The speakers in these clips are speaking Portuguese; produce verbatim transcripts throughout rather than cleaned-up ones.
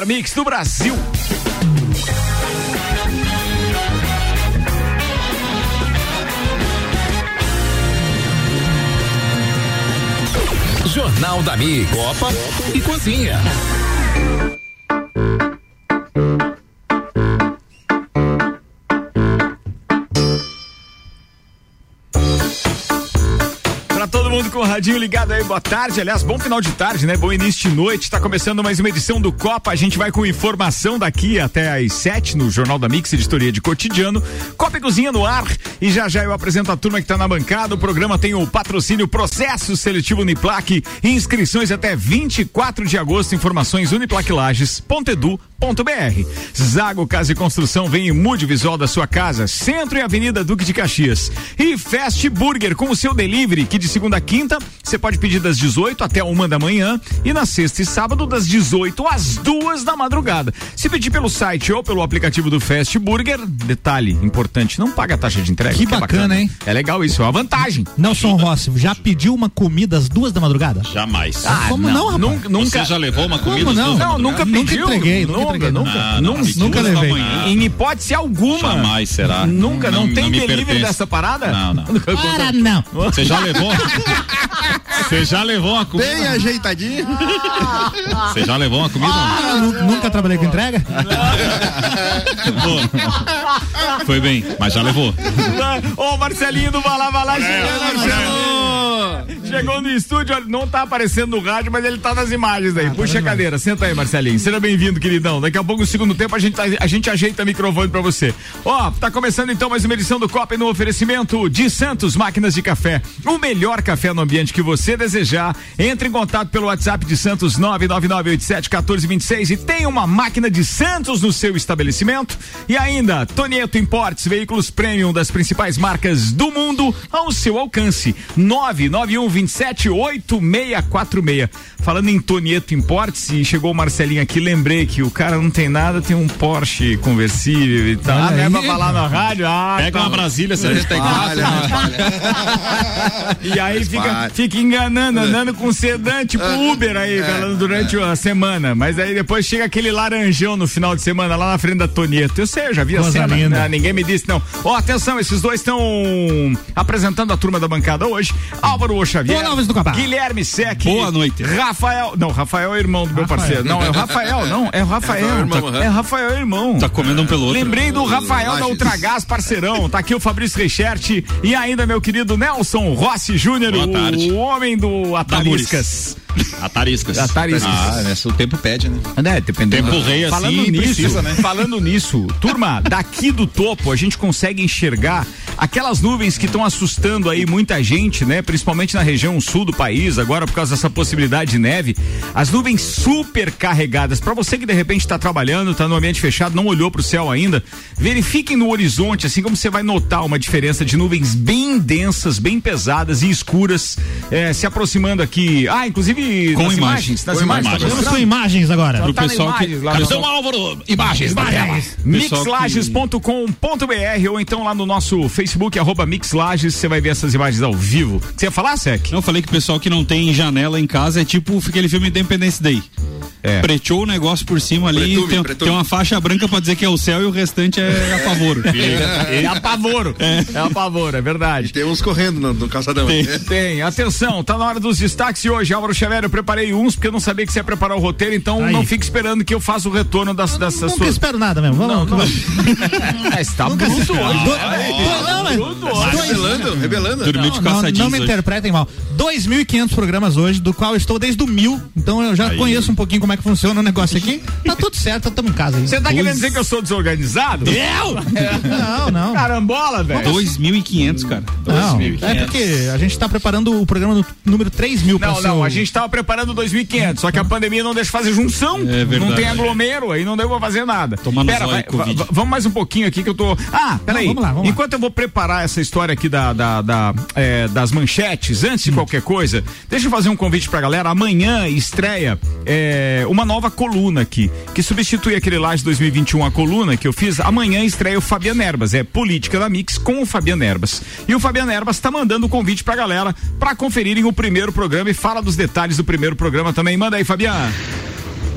melhor mix do Brasil. Jornal da Mix, Copa e Cozinha. Todo mundo com o radinho ligado aí, boa tarde, aliás, bom final de tarde, né? Bom início de noite, tá começando mais uma edição do Copa, a gente vai com informação daqui até às sete no Jornal da Mix, editoria de cotidiano, Copa e Cozinha no ar, e já já eu apresento a turma que tá na bancada, o programa tem o patrocínio Processo Seletivo Uniplac, inscrições até vinte e quatro de agosto, informações uniplaclages ponto edu ponto br. Zago Casa e Construção, vem e mude o visual da sua casa, Centro e Avenida Duque de Caxias. E Fast Burger com o seu delivery, que de segunda a quinta você pode pedir das dezoito até uma da manhã e na sexta e sábado das dezoito às duas da madrugada. Se pedir pelo site ou pelo aplicativo do Fast Burger, detalhe importante, não paga a taxa de entrega. Que, que bacana, é bacana, hein? É legal isso, é uma vantagem. Nelson Rossi, já pediu uma comida às duas da madrugada? Jamais. Ah, como não, não rapaz? Nunca. Você já levou uma comida Como às não? duas da Não, nunca Nunca pediu. entreguei, nunca Nunca, entreguei. nunca, Não, nunca, não, nunca duas da levei. manhã. Em hipótese alguma. Jamais será. Nunca, não, Não, tem não me delivery pertence. dessa parada? Não, não. Para não. Você já levou? Você já levou uma comida? Bem ajeitadinho. Você já levou uma comida? Ah, nu- nunca trabalhei com entrega? Levou. Foi bem, mas já levou. Ô, Marcelinho do Vai Lá, Vai Lá, chegou. Chegou no estúdio, olha, não tá aparecendo no rádio, mas ele tá nas imagens aí. Ah, Puxa tá a cadeira, senta aí, Marcelinho. Seja bem-vindo, queridão. Daqui a pouco, no segundo tempo, a gente, tá, a gente ajeita o microfone pra você. Ó, tá começando então mais uma edição do Copa no oferecimento de Santos Máquinas de Café. O melhor café no ambiente que você desejar. Entre em contato pelo WhatsApp de Santos nove nove nove oito sete um quatro dois seis e tem uma máquina de Santos no seu estabelecimento. E ainda, Tonieto Imports, veículos premium das principais marcas do mundo ao seu alcance. nove nove um dois sete oito seis quatro seis. Falando em Tonieto Imports, e chegou o Marcelinho aqui, lembrei que o cara não tem nada, tem um Porsche conversível e tal. Ah, não é pra falar na rádio? Ah, Pega tá. uma Brasília, setenta e quatro. E aí fica, fica enganando, andando com sedã, tipo Uber aí, falando durante a semana. Mas aí depois chega aquele laranjão no final de semana lá na frente da Tonieto. Eu sei, eu já vi a Coisa cena. linda. Ah, ninguém me disse, não. Ó, atenção, esses dois estão apresentando a turma da bancada hoje. Álvaro Xavier. Boa noite do Capá. Guilherme Sec. Boa noite. Rafael. Não, Rafael é irmão do meu Rafael. parceiro. Não, é o Rafael, não. É o Rafael. É, irmão, Tá- uhum. é Rafael, irmão. Tá comendo um pelo outro. Lembrei do Rafael da Lages. Ultragás, parceirão. Tá aqui o Fabrício Reichert e ainda meu querido Nelson Rossi Júnior, Boa tarde. o homem do Atariscas. Atariscas. Atariscas. Ah, né? O tempo pede, né? É, dependendo. Tempo rei assim, falando nisso, precisa, né? falando nisso, turma, daqui do topo a gente consegue enxergar aquelas nuvens que estão assustando aí muita gente, né? Principalmente na região sul do país, agora por causa dessa possibilidade de neve. As nuvens super carregadas. Para você que de repente está trabalhando, está no ambiente fechado, não olhou para o céu ainda, verifiquem no horizonte, assim como você vai notar uma diferença de nuvens bem densas, bem pesadas e escuras, eh, se aproximando aqui. Ah, inclusive Com nas imagens. imagens, nas Com imagens. imagens. tá Vamos mostrando? com imagens agora. Pro Tá na pessoal que. imagens lá Capitão no- Álvaro, imagens na tela. mix lages ponto com ponto b r ou então lá no nosso Facebook, arroba Mixlages, você vai ver essas imagens ao vivo. Você ia falar, Sec? Eu falei que o pessoal que não tem janela em casa é tipo aquele filme Independence Day. É. Preteou o negócio por cima ali, Pretume, tem, pretume. tem uma faixa branca pra dizer que é o céu e o restante é apavoro. É apavoro. É apavoro, é verdade. Tem uns correndo no, no calçadão. Tem. Tem, atenção, tá na hora dos destaques de hoje. Álvaro Xavier, eu preparei uns porque eu não sabia que você ia preparar o roteiro, então Aí. não fique esperando que eu faça o retorno das, dessas Nunca suas. espero nada mesmo. Vamos, Não, não. vamos. É, está Nunca bruto espero. hoje. Do- Ai, Não, mas- bruto hoje. Rebelando, rebelando. Dormiu de Não, não, calça não me jeans hoje. interpretem mal. dois mil e quinhentos programas hoje, do qual eu estou desde o mil. Então eu já Aí. conheço um pouquinho como é que funciona o negócio aqui. Tá tudo certo, estamos em casa aí. Você tá querendo dizer que eu sou desorganizado? Eu? Não, não. Carambola, velho. dois mil e quinhentos, cara. Não, dois mil e é quinhentos. porque a gente tá preparando o programa no número três mil pra Não, ser não, o- a gente tava preparando dois mil e quinhentos, só que a pandemia não deixa fazer junção, É verdade. não tem aglomero, aí não deu pra fazer nada. Toma no Pera, zóio, vai, Covid. va- vamos mais um pouquinho aqui que eu tô... Ah, peraí, Não, vamos lá, vamos enquanto eu vou preparar essa história aqui da, da, da, é, das manchetes, antes de Hum. qualquer coisa, deixa eu fazer um convite pra galera, amanhã estreia é, uma nova coluna aqui, que substitui aquele Laje dois mil e vinte e um, a coluna que eu fiz, amanhã estreia o Fabiano Erbas, é Política da Mix com o Fabiano Erbas. E o Fabiano Erbas tá mandando um convite pra galera pra conferirem o primeiro programa e fala dos detalhes do primeiro programa também. Manda aí, Fabiano.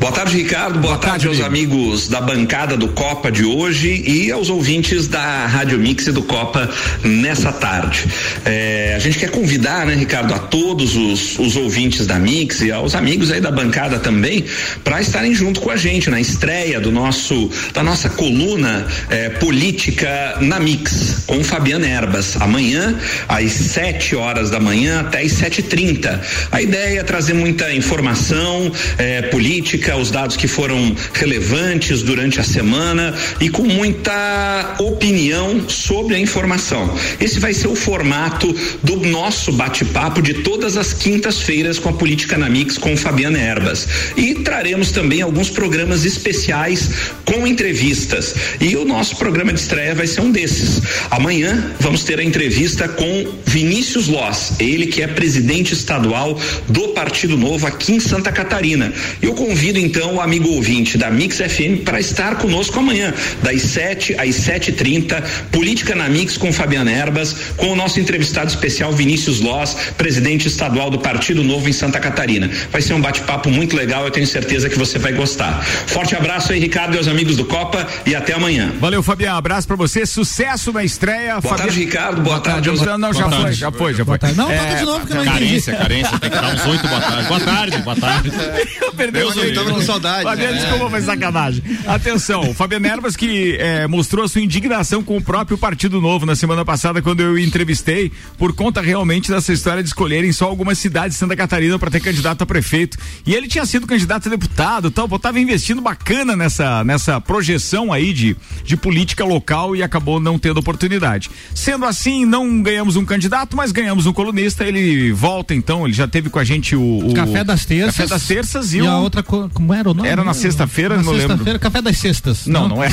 Boa tarde, Ricardo. Boa, Boa tarde, tarde aos amigos da bancada do Copa de hoje e aos ouvintes da Rádio Mix e do Copa nessa tarde. É, a gente quer convidar, né, Ricardo, a todos os, os ouvintes da Mix e aos amigos aí da bancada também, para estarem junto com a gente na estreia do nosso, da nossa coluna é, política na Mix, com Fabiana Erbas, amanhã às sete horas da manhã até às sete e trinta. A ideia é trazer muita informação é, política, os dados que foram relevantes durante a semana e com muita opinião sobre a informação. Esse vai ser o formato do nosso bate-papo de todas as quintas-feiras com a Política na Mix com Fabiana Erbas. E traremos também alguns programas especiais com entrevistas. E o nosso programa de estreia vai ser um desses. Amanhã vamos ter a entrevista com Vinícius Loss, ele que é presidente estadual do Partido Novo aqui em Santa Catarina. Eu convido então o amigo ouvinte da Mix F M para estar conosco amanhã, das sete às sete e trinta, Política na Mix com Fabiana Erbas, com o nosso entrevistado especial Vinícius Loss, presidente estadual do Partido Novo em Santa Catarina. Vai ser um bate-papo muito legal, eu tenho certeza que você vai gostar. Forte abraço aí, Ricardo, e aos amigos do Copa, e até amanhã. Valeu, Fabiano, abraço pra você, sucesso na estreia. Boa Fabi... tarde, Ricardo, boa, boa tarde. tarde. Não, não, já, boa foi, tarde. já foi, já foi, já foi. Não, é... toca de novo que eu não entendi. Carência, carência, tem que dar uns oito boa tarde. Boa tarde, boa tarde. Perdeu, eu estamos com saudade. Fabiano, né? desculpa, foi sacanagem. Atenção, Fabiano Erbas que é, mostrou a sua indignação com o próprio Partido Novo na semana passada, quando eu o entrevistei, por conta realmente dessa história de escolherem só algumas cidades de Santa Catarina para ter candidato a prefeito. E ele tinha sido candidato a deputado, tal, estava investindo bacana nessa, nessa projeção aí de, de política local e acabou não tendo oportunidade. Sendo assim, não ganhamos um candidato, mas ganhamos um colunista. Ele volta então, ele já teve com a gente o, o Café das Terças. Café das Terças e, e o, a outra, como era o nome? Era na sexta-feira, não sexta lembro. Café das Sextas. Não, não, não é.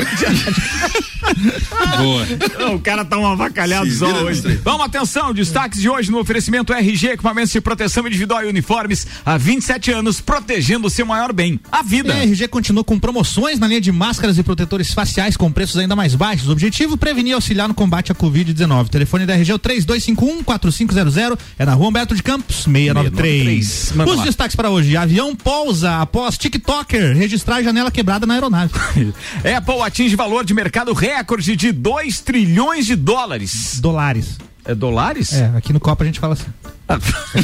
Boa. Não, o cara tá um avacalhado só hoje. Vamos, atenção, destaques de hoje no oferecimento R G, equipamentos de proteção individual e uniformes, há vinte e sete anos, protegendo o seu maior bem, a vida. A R G continua com promoções na linha de máscaras e protetores faciais com preços ainda mais baixos. O objetivo, prevenir e auxiliar no combate à covid dezenove. O telefone da R G é o três dois cinco um, quatro cinco zero zero, é na Rua Humberto de Campos, seiscentos e noventa e três. Os lá. Destaques para hoje: avião pousa após TikToker registrar janela quebrada na aeronave. Apple atinge valor de mercado recorde de dois trilhões de dólares. Dólares. É dólares? É, aqui no Copa a gente fala assim. Tá.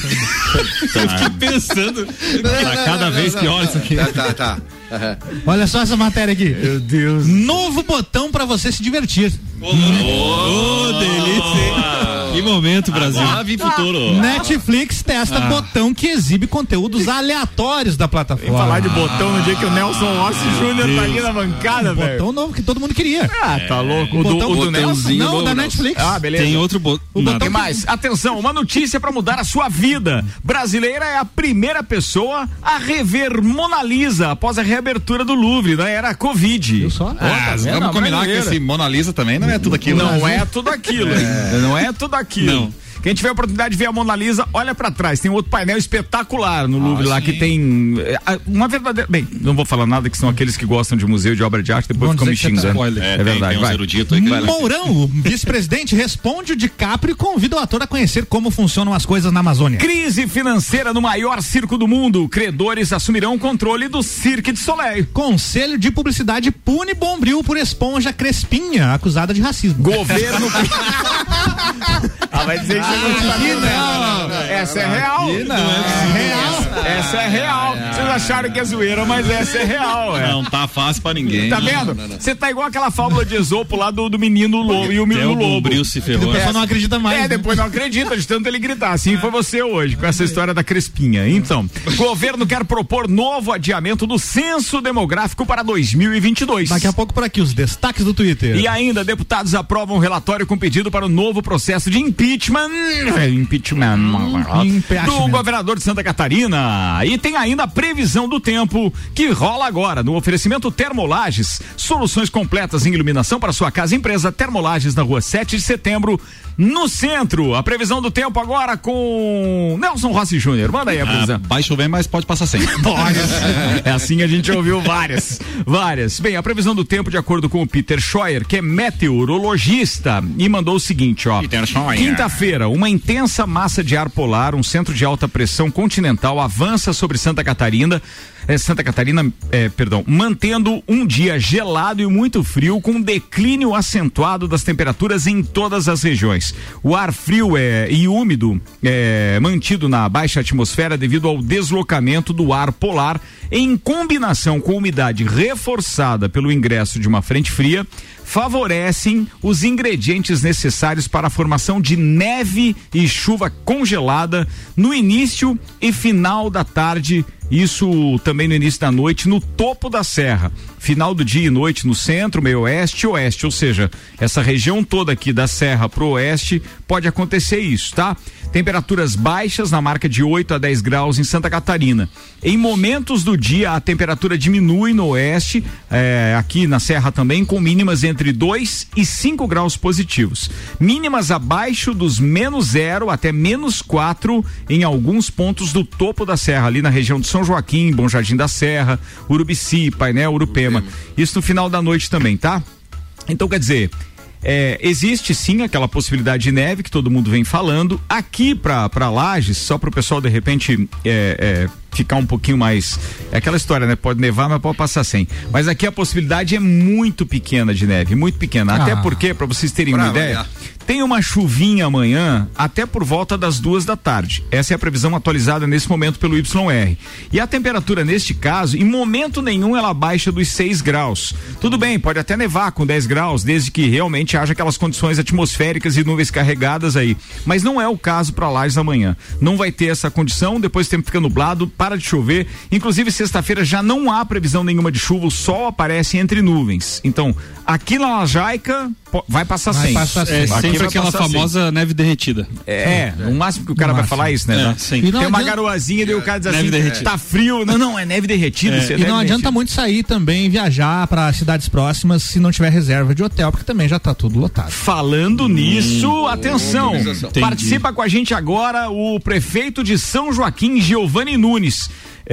Eu fiquei pensando. Tá cada vez pior isso aqui. Tá, tá, tá. Uhum. Olha só essa matéria aqui. Meu Deus. Novo botão pra você se divertir. Ô, oh, oh, delícia. Que momento, Brasil. Ah, vi futuro. Netflix testa ah. botão que exibe conteúdos aleatórios da plataforma. Vem falar de botão no dia que o Nelson Rossi Júnior tá ali na bancada, velho. Botão novo que todo mundo queria. Ah, tá louco. O, o do, botão, o do Nelson? Não, novo, da Netflix. Ah, beleza. Tem outro botão. O botão Tem mais. Atenção, uma notícia pra mudar a sua vida. Brasileira é a primeira pessoa a rever Mona Lisa após a reabertura do Louvre, da era Covid. Viu só? Ah, tá vamos combinar que esse Mona Lisa também não é tudo aquilo. Não né? é tudo aquilo, é. Não é tudo aquilo. Não. Quem tiver a oportunidade de ver a Mona Lisa, olha pra trás, tem outro painel espetacular no Louvre ah, lá, sim. que tem uma verdadeira, bem, não vou falar nada que são aqueles que gostam de museu, de obra de arte, depois ficam me xingando. Tá é, é verdade, tem, tem uns aí que Mourão, o vice-presidente, responde o DiCaprio e convida o ator a conhecer como funcionam as coisas na Amazônia. Crise financeira no maior circo do mundo, credores assumirão o controle do Cirque du Soleil. Conselho de Publicidade pune Bombril por esponja Crespinha, acusada de racismo. Governo... ah, vai dizer que Aqui não, não, essa é real. Não, não é real. Essa é real. Vocês acharam que é zoeira, mas essa é real. É. Não tá fácil pra ninguém. Tá vendo? Você tá igual aquela fábula de Esopo lá do, do menino lobo e o menino lobo. O Bombril se ferrou. O pessoal não acredita mais. É, depois não acredita, de tanto ele gritar. Assim foi você hoje, com essa história da Crespinha. Então, governo quer propor novo adiamento do censo demográfico para dois mil e vinte e dois. Daqui a pouco por aqui, os destaques do Twitter. E ainda, deputados aprovam um relatório com pedido para o novo processo de impeachment. Impeachment. Hum, do governador de Santa Catarina. E tem ainda a previsão do tempo que rola agora no oferecimento Termolages. Soluções completas em iluminação para sua casa e empresa. Termolages na rua sete de setembro, no centro. A previsão do tempo agora com Nelson Rossi Júnior. Manda aí a previsão. Ah, vai chover, mas pode passar sem. Pode. É assim que a gente ouviu várias. Várias. Bem, a previsão do tempo de acordo com o Peter Scheuer, que é meteorologista, e mandou o seguinte, ó. Peter Scheuer. Quinta-feira, uma intensa massa de ar polar, um centro de alta pressão continental avança sobre Santa Catarina, é, Santa Catarina, é, perdão, mantendo um dia gelado e muito frio, com declínio acentuado das temperaturas em todas as regiões. O ar frio é, e úmido é mantido na baixa atmosfera devido ao deslocamento do ar polar, em combinação com umidade reforçada pelo ingresso de uma frente fria, favorecem os ingredientes necessários para a formação de neve e chuva congelada no início e final da tarde. Isso também no início da noite, no topo da serra. Final do dia e noite no centro, meio oeste e oeste. Ou seja, essa região toda aqui da serra pro oeste pode acontecer isso, tá? Temperaturas baixas na marca de oito a dez graus em Santa Catarina. Em momentos do dia, a temperatura diminui no oeste, é, aqui na serra também, com mínimas entre dois e cinco graus positivos. Mínimas abaixo dos menos zero até menos quatro em alguns pontos do topo da serra, ali na região de São Joaquim, Bom Jardim da Serra, Urubici, Painel, Urupema. Urupema. Isso no final da noite também, tá? Então, quer dizer, é, existe sim aquela possibilidade de neve que todo mundo vem falando. Aqui pra, pra Lages, só pro pessoal de repente é, é, ficar um pouquinho mais, é aquela história, né? Pode nevar, mas pode passar sem. Mas aqui a possibilidade é muito pequena de neve, muito pequena. Ah. Até porque, pra vocês terem uma ideia, variar. Tem uma chuvinha amanhã até por volta das duas da tarde. Essa é a previsão atualizada nesse momento pelo Y R. E a temperatura neste caso, em momento nenhum ela baixa dos seis graus. Tudo bem, pode até nevar com dez graus, desde que realmente haja aquelas condições atmosféricas e nuvens carregadas aí. Mas não é o caso para Lages amanhã. Não vai ter essa condição, depois o tempo fica nublado, para de chover. Inclusive sexta-feira já não há previsão nenhuma de chuva, o sol aparece entre nuvens. Então, aqui na Lajaica vai passar vai sem. Passar sem. É sempre aquela famosa sem. Neve derretida. É, é, no máximo que o cara no vai máximo. falar isso, né? É, sim. Tem uma adianta... garoazinha e o cara diz assim, derretida. tá frio. Não, não, é neve derretida. É. E não adianta derretida. Muito sair também, viajar para cidades próximas se não tiver reserva de hotel, porque também já tá tudo lotado. Falando hum, nisso, atenção, participa com a gente agora o prefeito de São Joaquim, Giovanni Nunes.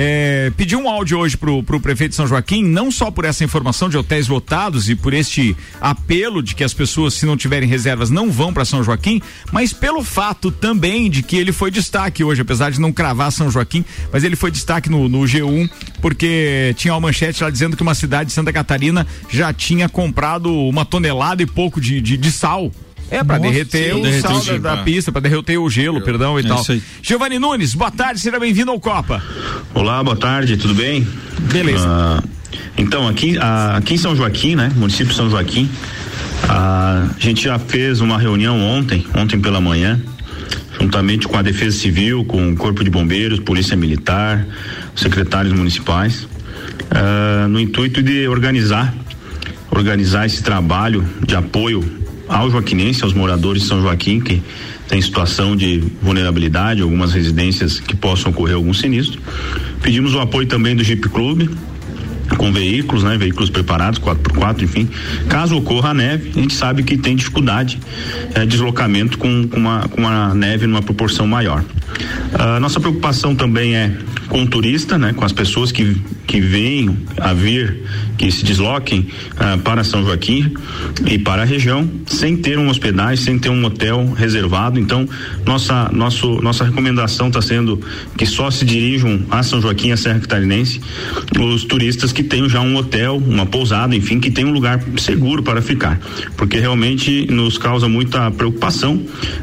É, pedi um áudio hoje pro, pro prefeito de São Joaquim, não só por essa informação de hotéis lotados e por este apelo de que as pessoas, se não tiverem reservas, não vão para São Joaquim, mas pelo fato também de que ele foi destaque hoje, apesar de não cravar São Joaquim, mas ele foi destaque no, no G um, porque tinha uma manchete lá dizendo que uma cidade de Santa Catarina já tinha comprado uma tonelada e pouco de, de, de sal. É, pra Nossa, derreter sim, o derreter sal o gelo, da, da pista, pra derreter o gelo, gelo. perdão e é tal. Giovanni Nunes, boa tarde, seja bem-vindo ao Copa. Olá, boa tarde, tudo bem? Beleza. Uh, então, aqui, uh, aqui em São Joaquim, né, município de São Joaquim, uh, a gente já fez uma reunião ontem, ontem pela manhã, juntamente com a Defesa Civil, com o Corpo de Bombeiros, Polícia Militar, secretários municipais, uh, no intuito de organizar, organizar esse trabalho de apoio ao joaquinense, aos moradores de São Joaquim que tem situação de vulnerabilidade, algumas residências que possam ocorrer algum sinistro. Pedimos o apoio também do Jeep Clube, com veículos, né? Veículos preparados, quatro por quatro, enfim. Caso ocorra a neve, a gente sabe que tem dificuldade de é, deslocamento com, com, uma, com uma neve numa proporção maior. Uh, nossa preocupação também é com o turista, né? Com as pessoas que, que venham a vir, que se desloquem uh, para São Joaquim e para a região, sem ter um hospedagem, sem ter um hotel reservado. Então, nossa, nosso, nossa recomendação está sendo que só se dirijam a São Joaquim, a Serra Catarinense, os turistas que tenham já um hotel, uma pousada, enfim, que tenham um lugar seguro para ficar, porque realmente nos causa muita preocupação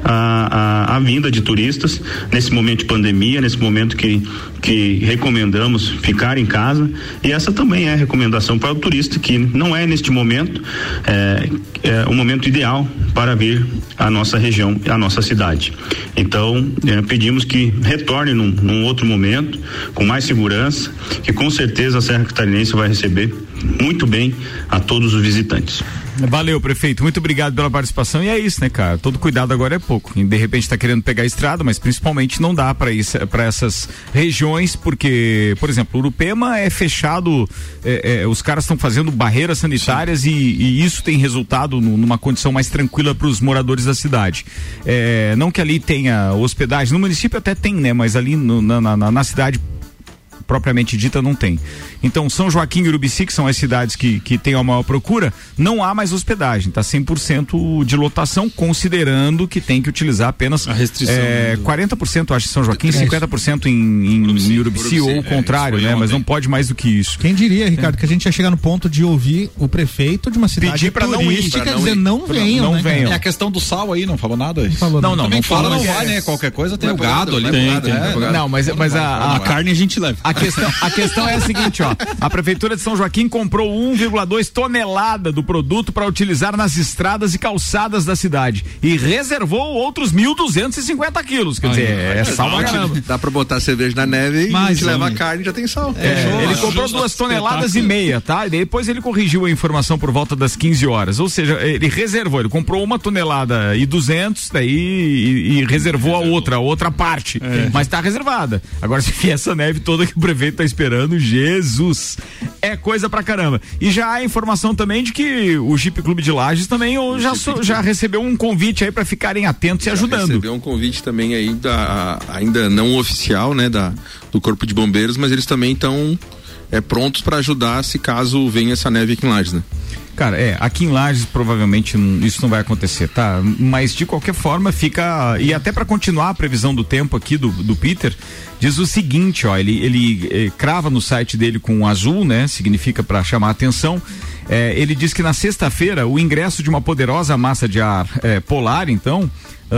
a, a, a vinda de turistas nesse momento de pandemia, nesse momento que que recomendamos ficar em casa, e essa também é a recomendação para o turista, que não é neste momento é, é o momento ideal para vir à nossa região, à nossa cidade. Então, é, pedimos que retorne num, num outro momento, com mais segurança, que com certeza a Serra Catarinense vai receber muito bem a todos os visitantes. Valeu, prefeito, muito obrigado pela participação. E é isso, né, cara? Todo cuidado agora é pouco. E de repente tá querendo pegar a estrada, mas principalmente não dá para isso, para essas regiões, porque, por exemplo, Urupema é fechado, é, é, os caras estão fazendo barreiras sanitárias e, e isso tem resultado no, numa condição mais tranquila para os moradores da cidade. É, não que ali tenha hospedagem, no município até tem, né? Mas ali no, na, na, na cidade propriamente dita não tem. Então, São Joaquim e Urubici, que são as cidades que, que têm a maior procura, não há mais hospedagem, tá cem por cento de lotação, considerando que tem que utilizar apenas a restrição, é, né? quarenta por cento acho em São Joaquim, é cinquenta por cento em, em Urubici, em Urubici, ou o contrário, é, né? ontem. Mas não pode mais do que isso. Quem diria, Ricardo, que a gente ia chegar no ponto de ouvir o prefeito de uma cidade Pedir pra não ir, turística pra não dizer ir. não venham, Não né, cara? venham. É a questão do sal aí, não falou nada? Não falou Não, nada. não, Também não fala, fala não que vai, é- né? Qualquer coisa tem Vai o pro gado gado, ali. vai Tem, pro gado, tem. vai pro gado. Não, mas, mas a, A carne a gente leva. A questão, a questão é a seguinte, ó. A Prefeitura de São Joaquim comprou um vírgula dois tonelada do produto para utilizar nas estradas e calçadas da cidade e reservou outros mil duzentos e cinquenta quilos. Quer Aí, dizer, é é sal pra caramba. Dá pra botar cerveja na neve e Mais a gente leva a homem. carne e já tem sal. É, ele comprou duas toneladas e meia, tá? E depois ele corrigiu a informação por volta das quinze horas. Ou seja, ele reservou, ele comprou uma tonelada e duzentos, daí e, e reservou a outra, a outra parte. Mas tá reservada. Agora, se vier essa neve toda que o prefeito tá esperando, Jesus, é coisa pra caramba. E já há informação também de que o Jeep Clube de Lages também ou já, so- já recebeu um convite aí pra ficarem atentos e ajudando. Recebeu um convite também aí da, ainda não oficial, né, da, do Corpo de Bombeiros, mas eles também estão é, prontos para ajudar se caso venha essa neve aqui em Lages, né? Cara, é, aqui em Lages provavelmente não- isso não vai acontecer, tá? Mas de qualquer forma fica, e até para continuar a previsão do tempo aqui do, do Peter, diz o seguinte, ó, ele, ele eh, crava no site dele com um azul, né? Significa para chamar a atenção. Eh, ele diz que na sexta-feira o ingresso de uma poderosa massa de ar eh, polar, então,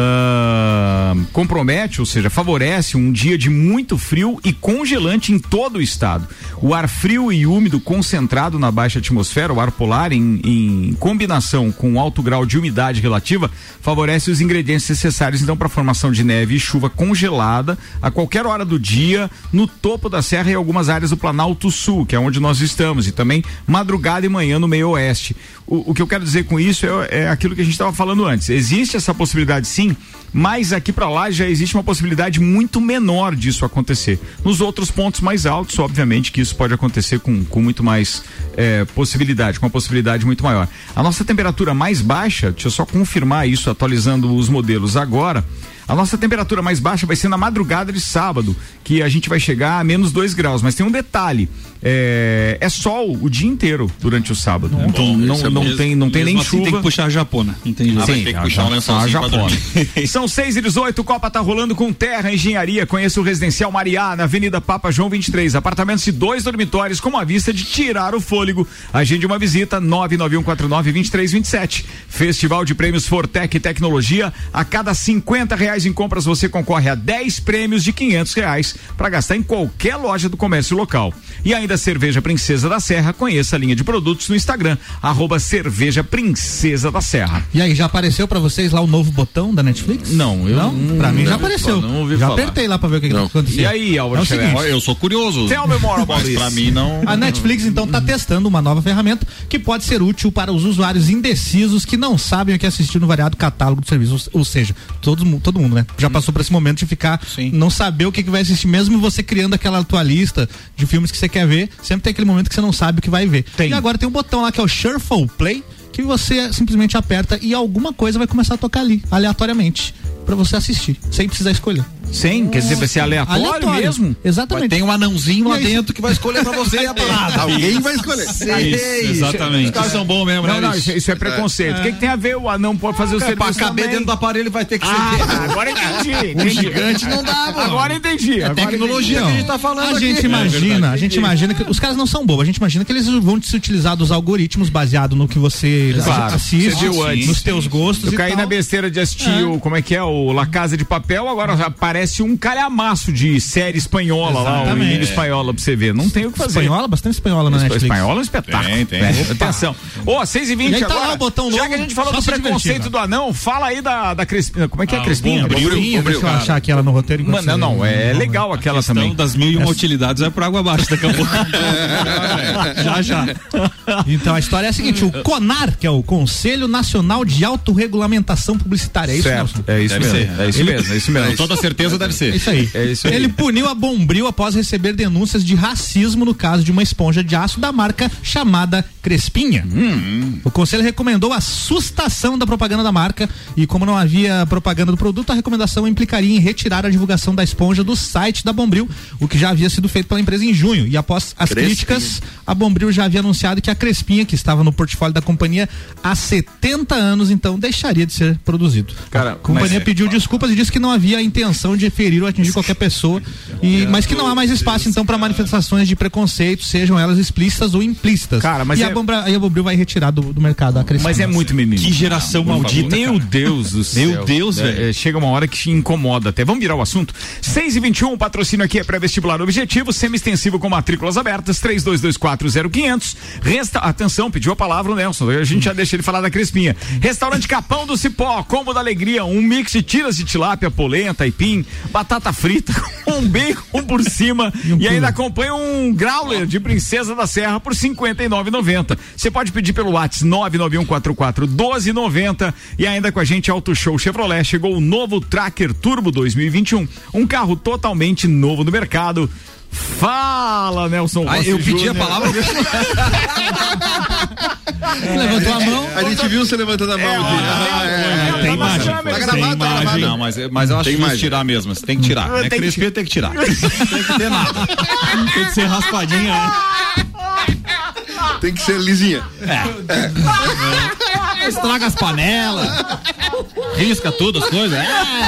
ah, compromete, ou seja, favorece um dia de muito frio e congelante em todo o estado. O ar frio e úmido concentrado na baixa atmosfera, o ar polar, em, em combinação com alto grau de umidade relativa, favorece os ingredientes necessários então para a formação de neve e chuva congelada a qualquer hora do dia no topo da serra e algumas áreas do Planalto Sul, que é onde nós estamos, e também madrugada e manhã no meio oeste. O, o que eu quero dizer com isso é, é aquilo que a gente estava falando antes. Existe essa possibilidade sim, mas aqui para lá já existe uma possibilidade muito menor disso acontecer. Nos outros pontos mais altos, obviamente que isso pode acontecer com, com muito mais é, possibilidade, com uma possibilidade muito maior. A nossa temperatura mais baixa, deixa eu só confirmar isso, atualizando os modelos agora. A nossa temperatura mais baixa vai ser na madrugada de sábado, que a gente vai chegar a menos dois graus, mas tem um detalhe, é, é sol o dia inteiro durante o sábado, Bom, então não, isso é não mesmo- tem, não tem nem mesmo assim chuva. Tem que puxar a japona, entendi. Ah, vai ter que puxar um lençolzinho a pra japona. dormir. São seis e dezoito, Copa tá rolando com Terra Engenharia. Conheça o Residencial Mariá, na Avenida Papa João vinte e três. Apartamentos de dois dormitórios com uma vista de tirar o fôlego. Agende uma visita, nove nove um quatro nove dois três dois sete. Festival de Prêmios Fortec Tecnologia. A cada cinquenta reais em compras você concorre a dez prêmios de quinhentos reais para gastar em qualquer loja do comércio local. E ainda Cerveja Princesa da Serra. Conheça a linha de produtos no Instagram, arroba Cerveja Princesa da Serra. E aí, já apareceu pra vocês lá o novo botão da Netflix? Não, eu não. não- Pra mim não já ouvi apareceu. falar, não ouvi já falar. apertei lá pra ver o que, que tá acontecendo. E aí, Álvaro É o Xavier? seguinte, Olha, eu sou curioso. Tell me more about Mas this. pra mim não. a Netflix então está testando uma nova ferramenta que pode ser útil para os usuários indecisos que não sabem o que assistir no variado catálogo de serviços. Ou seja, todo, mu- todo mundo, né? Já passou por esse momento de ficar, Sim. não saber o que, que vai assistir, mesmo você criando aquela tua lista de filmes que você quer ver, sempre tem aquele momento que você não sabe o que vai ver. Tem. E agora tem um botão lá que é o Shuffle Play, que você simplesmente aperta e alguma coisa vai começar a tocar ali, aleatoriamente, para você assistir, sem precisar escolher. Sim, quer dizer, vai ser aleatório, mesmo? Vai Exatamente. ter um anãozinho lá E aí, dentro que vai escolher pra você a parada. Alguém vai escolher. Isso, exatamente. Os caras são bons mesmo, né? Não, não, Eles- isso, isso é preconceito. O que, que tem a ver? O anão pode fazer o É, serviço pra caber também? dentro do aparelho vai ter que ser. Ah, agora entendi. Um entendi. gigante não dá, mano. Agora entendi. É agora tecnologia que a gente tá falando A aqui. gente imagina, a gente imagina que os caras não são bobos, a gente imagina que eles vão se utilizar dos algoritmos baseado no que você Claro, assiste, você viu antes. nos teus gostos Eu e caí tal. na besteira de assistir o, como é que é, o La Casa de Papel, agora aparece um calhamaço de série espanhola lá, Exatamente. o menino espanhola pra você ver. Não tem o que fazer. Espanhola, bastante espanhola na Netflix. Espanhola é um espetáculo. Tem, tem. né? Atenção. Ô, seis e vinte E aí tá agora. lá o botão Já novo, que a gente falou só do se preconceito divertir, do anão, fala aí da, da Crespinha. Como é que é a Ah, Crespinha? o Bombril. Bombril, deixa eu achar aqui ela no roteiro. enquanto Mano, não, você- não, é legal aquela Questão também. das mil e uma utilidades é por água abaixo daqui a pouco. já, já. Então a história é a seguinte, o CONAR, que é o Conselho Nacional de Autorregulamentação Publicitária, é isso, Certo, Nelson? é isso Deve mesmo. ser. É isso mesmo, é isso mesmo. Com toda certeza certeza deve ser. Isso aí. É isso aí. Ele puniu a Bombril após receber denúncias de racismo no caso de uma esponja de aço da marca chamada Crespinha. Hum. O conselho recomendou a sustação da propaganda da marca e como não havia propaganda do produto, a recomendação implicaria em retirar a divulgação da esponja do site da Bombril, o que já havia sido feito pela empresa em junho. E após as Crespinha. críticas, a Bombril já havia anunciado que a Crespinha, que estava no portfólio da companhia há setenta anos, então deixaria de ser produzido. Cara, a companhia mas... pediu desculpas e disse que não havia a intenção de ferir ou atingir qualquer pessoa, e, mas que não há mais espaço então para manifestações de preconceito, sejam elas explícitas ou implícitas. Cara, mas e, é... a Bombra, a Bombril vai retirar do, do mercado a Crespinha. Mas é muito mimimi. Que geração ah, maldita. Meu cara. Deus do céu. Meu Deus, velho. É, chega uma hora que te incomoda até. Vamos virar o assunto? seis e vinte e um, o patrocínio aqui é pré-vestibular objetivo, semi-extensivo com matrículas abertas, três dois dois quatro zero quinhentos. Resta... Atenção, pediu a palavra o Nelson, a gente já deixa ele falar da Crespinha. Restaurante Capão do Cipó, combo da alegria, um mix de tiras de tilápia, polenta, aipim, batata frita, um bacon por cima e, um e ainda acompanha um growler de Princesa da Serra por cinquenta e nove reais e noventa centavos. Você pode pedir pelo WhatsApp nove nove um quatro quatro um dois nove zero e ainda com a gente Auto Show Chevrolet, chegou o novo Tracker Turbo dois mil e vinte e um, um carro totalmente novo no mercado. Fala, Nelson ah, Rossi eu pedi Júnior. a palavra. Levantou a mão. A gente viu você levantando a mão. É, aqui. ah, é, é, tem imagem. Tá gravado, tá gravado. Não, mas, mas eu acho que tem que tirar mesmo. Você tem que tirar. É tem Crespinha, tem que tirar. Tem que ter nada. Tem que ser raspadinha, né? Tem que ser lisinha. É. é. Estraga as panelas. Risca tudo, as coisas.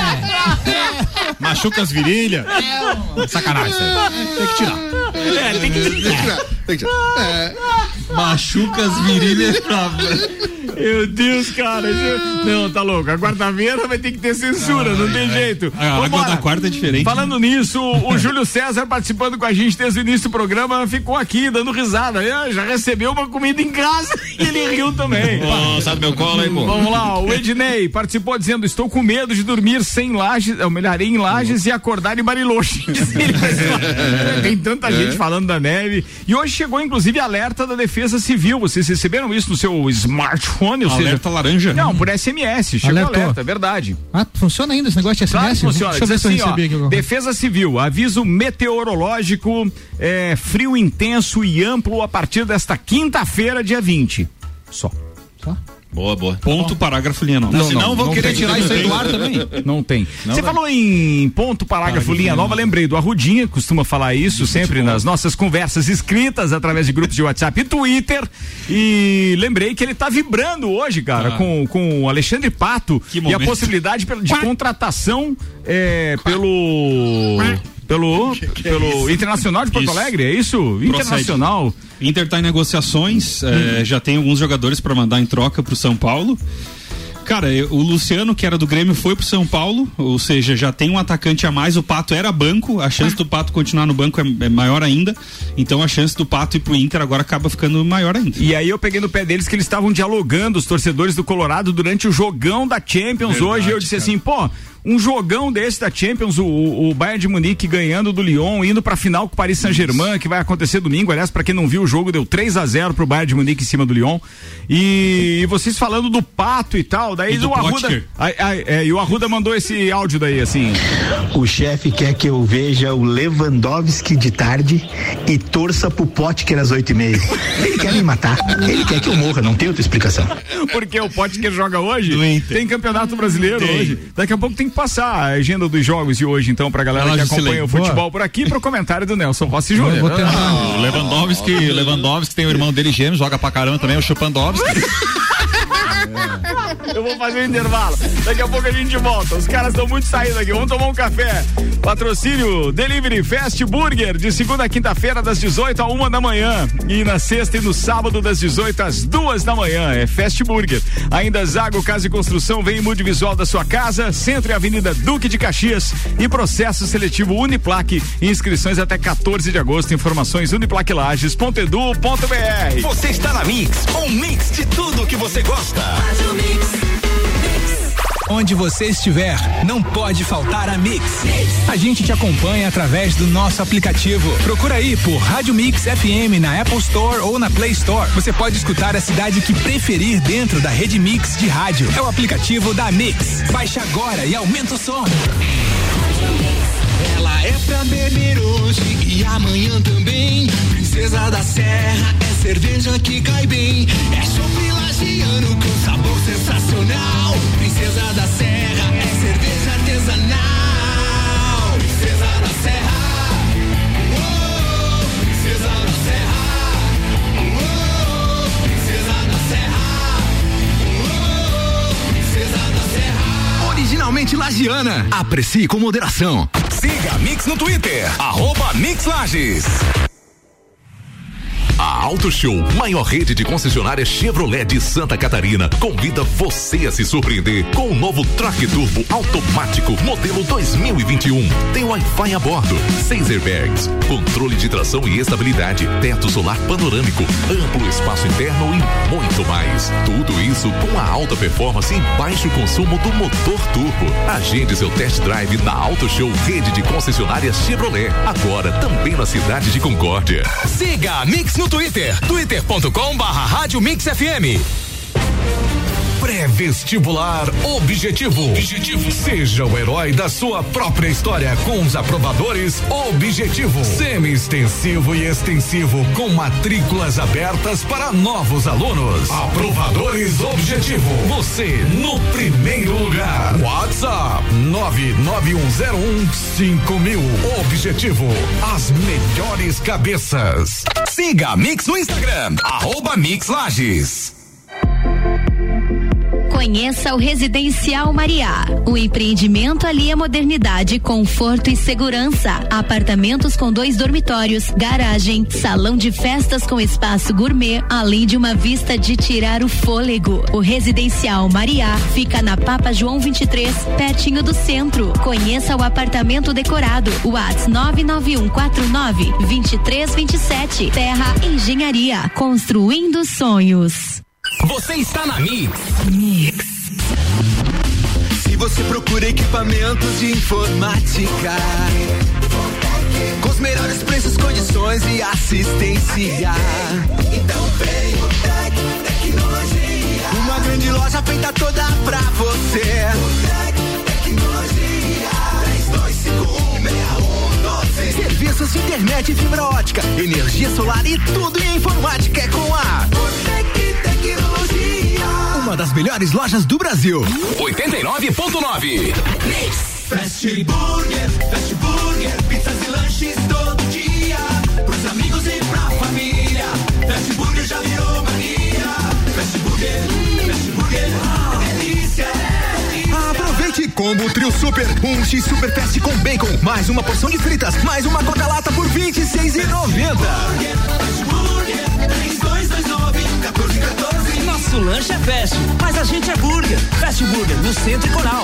É. Machuca as virilhas. É. Sacanagem isso aí. Tem que tirar. É, tem que tirar. Tem que tirar. É. Machuca as virilhas. Meu Deus, cara. Não, tá louco. A quarta-feira vai ter que ter censura, não tem jeito. A água da quarta é diferente. Falando nisso, o Júlio César participando com a gente desde o início do programa, ficou aqui dando risada. Eu já recebeu uma comida em casa e ele riu também. Oh, sai do meu colo aí, pô. Vamos lá, o Ednei participou dizendo: estou com medo de dormir sem lajes, eu melhorei em lajes e acordar em Bariloche. Tem tanta gente falando da neve. E hoje chegou, inclusive, alerta da Defesa Civil. Vocês receberam isso no seu smartphone? Ou alerta seja, laranja? Não, por S M S. Chegou Alertou. alerta, é verdade. Ah, funciona ainda esse negócio de S M S? Claro, funciona. Deixa eu ver se eu assim, recebi ó, aqui. Defesa Civil, aviso meteorológico, é, frio intenso e amplo a partir desta quinta-feira, dia vinte. Só. Só? Boa, boa. Ponto, parágrafo, linha nova. Não, Senão não, vão não querer tem. tirar isso aí do ar também. Não tem. Não Você vai. falou em ponto, parágrafo, linha nova, lembrei do Arrudinha, costuma falar isso sempre nas nossas conversas escritas através de grupos de WhatsApp e Twitter, e lembrei que ele tá vibrando hoje, cara, ah. com, com o Alexandre Pato e a possibilidade de contratação é, pelo... Pelo, pelo Internacional de Porto isso. Alegre, é isso? Internacional. Procede. Inter tá em negociações, hum. é, já tem alguns jogadores para mandar em troca pro São Paulo. Cara, o Luciano, que era do Grêmio, foi pro São Paulo, ou seja, já tem um atacante a mais. O Pato era banco, a chance do Pato continuar no banco é, é maior ainda, então a chance do Pato ir pro Inter agora acaba ficando maior ainda. E aí eu peguei no pé deles que eles estavam dialogando, os torcedores do Colorado, durante o jogão da Champions. Verdade, hoje. Eu disse cara. assim, pô, um jogão desse da Champions, o, o Bayern de Munique ganhando do Lyon, indo pra final com o Paris Saint-Germain, que vai acontecer domingo. Aliás, pra quem não viu o jogo, deu três a zero pro Bayern de Munique em cima do Lyon. E, e vocês falando do Pato e tal, daí e do o Arruda. Ai, ai, é, e o Arruda mandou esse áudio daí, assim. O chefe quer que eu veja o Lewandowski de tarde e torça pro Potker às oito e meia. Ele quer me matar. Ele quer que eu morra, não tem outra explicação. Porque o Potker joga hoje? Tem Campeonato Brasileiro tem. hoje. Daqui a pouco tem que passar a agenda dos jogos de hoje, então, pra galera que acompanha o futebol Boa. por aqui, pro comentário do Nelson Rossi Júnior. Ah, o Lewandowski, o Lewandowski tem o irmão dele gêmeo, joga pra caramba também, o Chupandowski. Eu vou fazer um intervalo. Daqui a pouco a gente volta. Os caras estão muito saindo aqui. Vamos tomar um café. Patrocínio Delivery Fast Burger, de segunda a quinta-feira, das dezoito a uma da manhã. E na sexta e no sábado, das dezoito às duas da manhã. É Fast Burger. Ainda Zago Casa e Construção, vem em mude visual da sua casa. Centro e Avenida Duque de Caxias. E processo seletivo Uniplaque. Inscrições até quatorze de agosto. Informações uniplaquilages ponto edu ponto br. Você está na Mix, um mix de tudo que você gosta. Onde você estiver, não pode faltar a Mix. A gente te acompanha através do nosso aplicativo. Procura aí por Rádio Mix F M na Apple Store ou na Play Store. Você pode escutar a cidade que preferir dentro da rede Mix de rádio. É o aplicativo da Mix. Baixe agora e aumenta o som. Ela é pra beber hoje e amanhã também. Princesa da Serra é cerveja que cai bem. É chopp lagiano com sabor sensacional. Princesa da Serra é cerveja artesanal. Princesa da Serra, oh, Princesa da Serra, oh, Princesa da Serra, oh, Princesa da Serra. Originalmente lagiana. Aprecie com moderação. Siga a Mix no Twitter, arroba Mix Lages. A Auto Show, maior rede de concessionárias Chevrolet de Santa Catarina, convida você a se surpreender com o novo Track Turbo automático modelo dois mil e vinte e um. Tem Wi-Fi a bordo, seis airbags, controle de tração e estabilidade, teto solar panorâmico, amplo espaço interno e muito mais. Tudo isso com a alta performance e baixo consumo do motor turbo. Agende seu test drive na Auto Show, rede de concessionárias Chevrolet, agora também na cidade de Concórdia. Siga a Mix no Twitter, twitter ponto com barra rádio mix F M. Pré-vestibular Objetivo. Objetivo. Seja o herói da sua própria história com os aprovadores Objetivo. Semi-extensivo e extensivo com matrículas abertas para novos alunos. Aprovadores Objetivo. Você no primeiro lugar. WhatsApp nove nove um zero um cinco mil. Objetivo. As melhores cabeças. Siga a Mix no Instagram, arroba Mix Lages. Conheça o Residencial Mariá. O empreendimento alia modernidade, conforto e segurança. Apartamentos com dois dormitórios, garagem, salão de festas com espaço gourmet, além de uma vista de tirar o fôlego. O Residencial Mariá fica na Papa João vinte e três, pertinho do centro. Conheça o apartamento decorado. WhatsApp nove nove um quatro nove dois três dois sete. Terra Engenharia, construindo sonhos. Você está na Mix. Mix. Se você procura equipamentos de informática, com os melhores preços, condições e assistência, então vem o Tec Tecnologia. Uma grande loja feita toda pra você. O Tec Tecnologia. três dois cinco um seis um doze. Serviços de internet e fibra ótica, energia solar e tudo em informática é com a Tec Tecnologia. Uma das melhores lojas do Brasil. oitenta e nove ponto nove. Fast Burger, Fast Burger, pizzas e lanches todo dia. Pros amigos e pra família. Fast Burger já virou mania. Fast Burger, Fast Burger, delícia, delícia. Aproveite combo Trio Super, um X Super Fast com bacon, mais uma porção de fritas, mais uma Coca-Lata por vinte e seis reais e noventa centavos. Fast Burger, três dois dois nove, quatorze quatorze. Nosso lanche é fast, mas a gente é burger. Fast Burger, no Centro e Coral.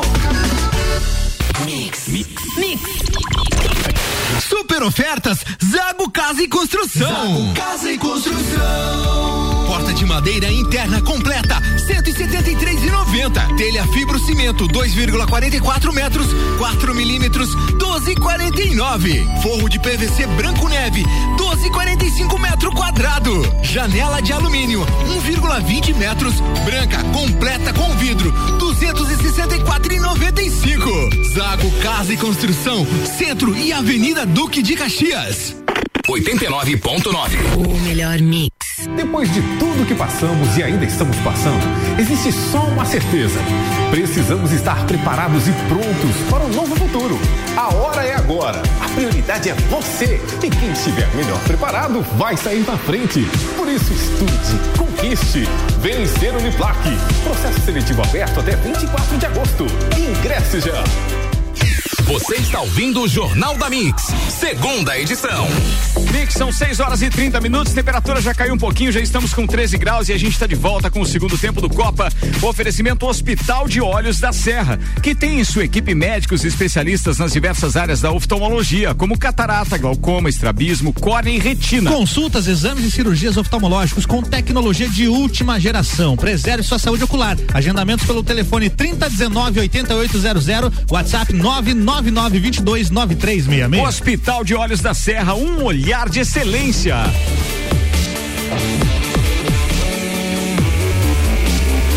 Mix. Mix. Mix. Super ofertas Zago Casa e Construção. Zago Casa e Construção. Porta de madeira interna completa, cento e setenta e três reais e noventa centavos. Telha fibro cimento, dois vírgula quarenta e quatro metros, quatro milímetros, doze e quarenta e nove. Forro de P V C branco neve, doze e quarenta e cinco metro quadrado. Janela de alumínio, um vírgula vinte metros, branca completa com vidro, duzentos e sessenta e quatro reais e noventa e cinco. Zago Casa e Construção, Centro e Avenida Duque de Caxias. oitenta e nove ponto nove. O melhor mix. Depois de tudo que passamos e ainda estamos passando, existe só uma certeza: precisamos estar preparados e prontos para um novo futuro. A hora é agora, a prioridade é você, e quem estiver melhor preparado vai sair na frente. Por isso, estude, conquiste, vencer o Uniplac. Processo seletivo aberto até vinte e quatro de agosto. Ingresse já. Você está ouvindo o Jornal da Mix, segunda edição. Mix, são seis horas e trinta minutos, temperatura já caiu um pouquinho, já estamos com treze graus e a gente está de volta com o segundo tempo do Copa. O oferecimento Hospital de Olhos da Serra, que tem em sua equipe médicos e especialistas nas diversas áreas da oftalmologia, como catarata, glaucoma, estrabismo, córnea e retina. Consultas, exames e cirurgias oftalmológicos com tecnologia de última geração. Preserve sua saúde ocular. Agendamentos pelo telefone trinta dezenove oitenta e oito zero zero, WhatsApp nove nove nove dois dois nove três seis seis. Hospital de Olhos da Serra, um olhar de excelência.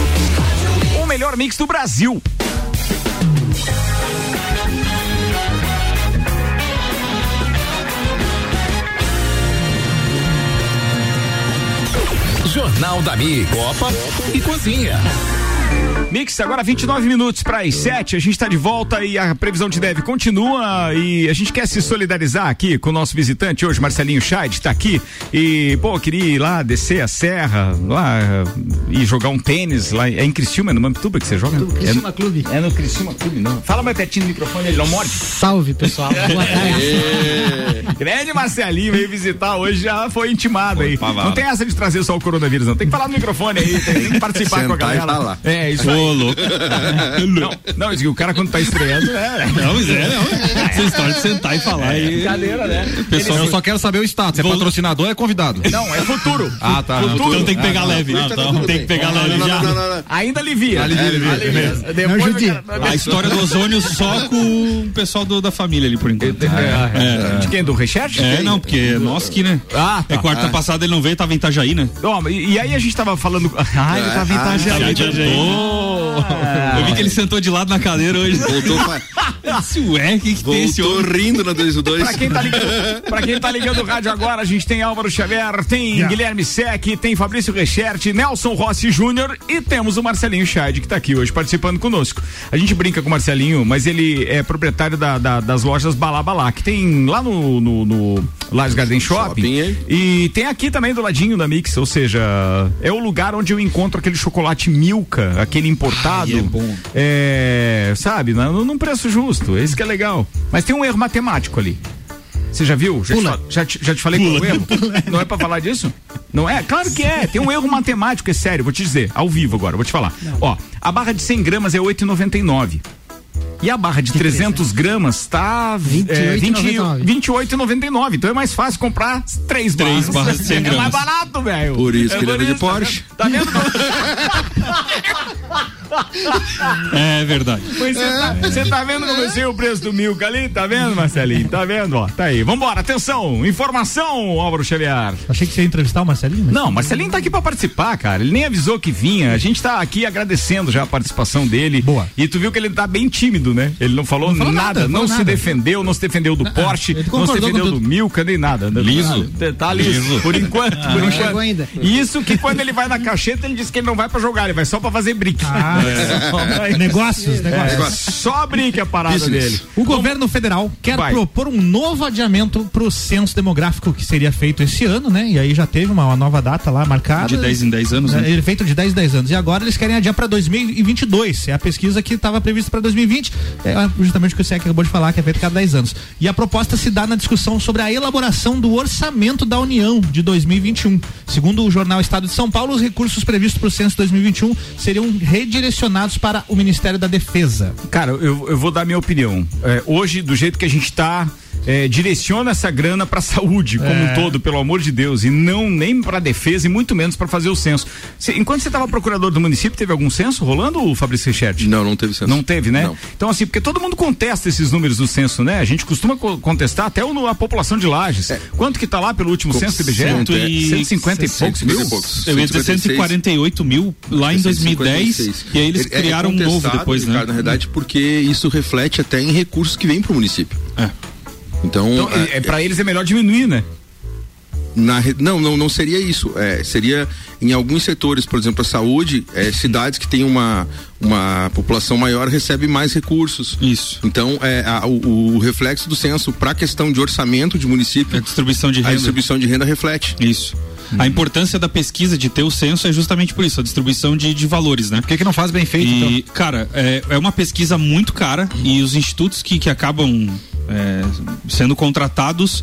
O melhor mix do Brasil. Jornal da Mix, Copa e Cozinha. Mix, agora vinte e nove minutos para as sete, a gente está de volta e a previsão de neve continua e a gente quer se solidarizar aqui com o nosso visitante hoje, Marcelinho Scheid, está aqui e, pô, queria ir lá, descer a serra, lá e jogar um tênis lá, é em Criciúma, é no Mampituba que você joga? No Criciúma é, Clube. É no Criciúma Clube, não. Fala mais pertinho do microfone, ele não morde. Salve, pessoal, boa tarde. Grande Marcelinho veio visitar hoje, já foi intimado aí. Pavado. Não tem essa de trazer só o coronavírus, não. Tem que falar no microfone aí, tem que participar com a galera. É, isso aí. Ô, louco. Não, não, isso que o cara quando tá estreando, né? Não, mas é, não. Essa história de sentar e falar aí. Brincadeira, né? Pessoal, eu só quero saber o status. É Vou... patrocinador ou é convidado? Não, é futuro. Ah, tá. Futuro. Então tem que pegar ah, leve. Não, não, não, tem que pegar não, leve não, já. não, não, não. Ainda alivia. Alivia, alivia. alivia. Depois não judia. A história do ozônio só com o pessoal do, da família ali, por enquanto. É, é. De quem? Do Recherche? É, não, porque é nosso aqui, né? Ah, tá. É quarta ah. passada ele não veio, tava em Itajaí, né? Ó, e, e aí a gente tava falando. Ah, ele tava em Itajaí. Ah, Itajaí. Ah. Eu vi que ele sentou de lado na cadeira hoje. Voltou, Esse ué, o que, que tem esse voltou homem? rindo na dois do dois. Pra quem, tá ligando, pra quem tá ligando o rádio agora, a gente tem Álvaro Xavier, tem yeah. Guilherme Sec, tem Fabrício Rechert, Nelson Rossi Júnior e temos o Marcelinho Scheid, que tá aqui hoje participando conosco. A gente brinca com o Marcelinho, mas ele é proprietário da, da, das lojas Balabalá, que tem lá no, no, no Lages Garden Shopping, Shopping e tem aqui também do ladinho da Mix, ou seja, é o lugar onde eu encontro aquele chocolate Milka, aquele importado. Ai, é bom. É, sabe, num, num preço justo, esse que é legal. Mas tem um erro matemático ali. Você já viu? Já, te, já, te, já te falei qual é o erro? Não é pra falar disso? Não é? Claro que é. Tem um erro matemático, é sério. Vou te dizer, ao vivo agora, vou te falar. Não. Ó, a barra de cem gramas é oito reais e noventa e nove centavos. E a barra de trezentos gramas tá vinte e oito reais e noventa e nove centavos. Então é mais fácil comprar três barras. Três barras de cem gramas. É mais barato, velho. Por isso é que ele anda de Porsche. Tá vendo? É verdade. Você tá, tá vendo como eu sei o preço do Milka ali? Tá vendo, Marcelinho? Tá vendo? Ó, tá aí. Vambora, atenção, informação, Álvaro Xavier. Achei que você ia entrevistar o Marcelinho. Mas... Não, Marcelinho tá aqui pra participar, cara. Ele nem avisou que vinha. A gente tá aqui agradecendo já a participação dele. Boa. E tu viu que ele tá bem tímido, né? Ele não falou, não falou nada, nada, não, não se nada. defendeu, não se defendeu do Porsche, não se defendeu do Milka, nem nada. Liso. Tá liso. liso. Por enquanto. Ah, por não enquanto. chegou ainda. Isso que quando ele vai na cacheta, ele diz que ele não vai pra jogar, ele vai só pra fazer brick. Ah, é. Negócios, negócios. É, só brick a parada Isso. dele. O governo federal quer vai. propor um novo adiamento pro censo demográfico que seria feito esse ano, né? E aí já teve uma, uma nova data lá marcada. De dez em dez anos, né? Ele é feito de dez em dez anos. E agora eles querem adiar pra dois mil e vinte e dois. É a pesquisa que estava prevista pra dois mil e vinte. É justamente o que o Sec acabou de falar, que é feito cada dez anos. E a proposta se dá na discussão sobre a elaboração do orçamento da União de dois mil e vinte e um. Segundo o jornal Estado de São Paulo, os recursos previstos pro censo dois mil e vinte e um seriam redirecionados para o Ministério da Defesa. Cara, eu, eu vou dar minha opinião. É, hoje, do jeito que a gente tá, é, direciona essa grana pra saúde como é. um todo, pelo amor de Deus, e não nem pra defesa e muito menos pra fazer o censo. Cê, enquanto você tava procurador do município, teve algum censo rolando, Fabrício Rechert? Não, não teve censo. Não teve, né? Não. Então assim, porque todo mundo contesta esses números do censo, né? A gente costuma co contestar até o, a população de Lages. É. Quanto que tá lá pelo último Com censo do I B G E? cento e cinquenta e poucos mil? Eu ia dizer cento e quarenta e oito mil lá em dois mil e dez, e aí eles Ele criaram é um novo depois, Ricardo, né? Na verdade, porque isso reflete até em recursos que vêm pro município. É. Então, então é, é, para eles é melhor diminuir, né? Na, não, não, não seria isso. É, seria em alguns setores, por exemplo, a saúde, é, cidades que têm uma, uma população maior recebem mais recursos. Isso. Então, é, a, o, o reflexo do censo para a questão de orçamento de município, a distribuição de renda, a distribuição de renda reflete. Isso. Hum. A importância da pesquisa de ter o censo é justamente por isso, a distribuição de, de valores, né? Por que que não faz bem feito, e, então? Cara, é, é uma pesquisa muito cara e os institutos que, que acabam é, sendo contratados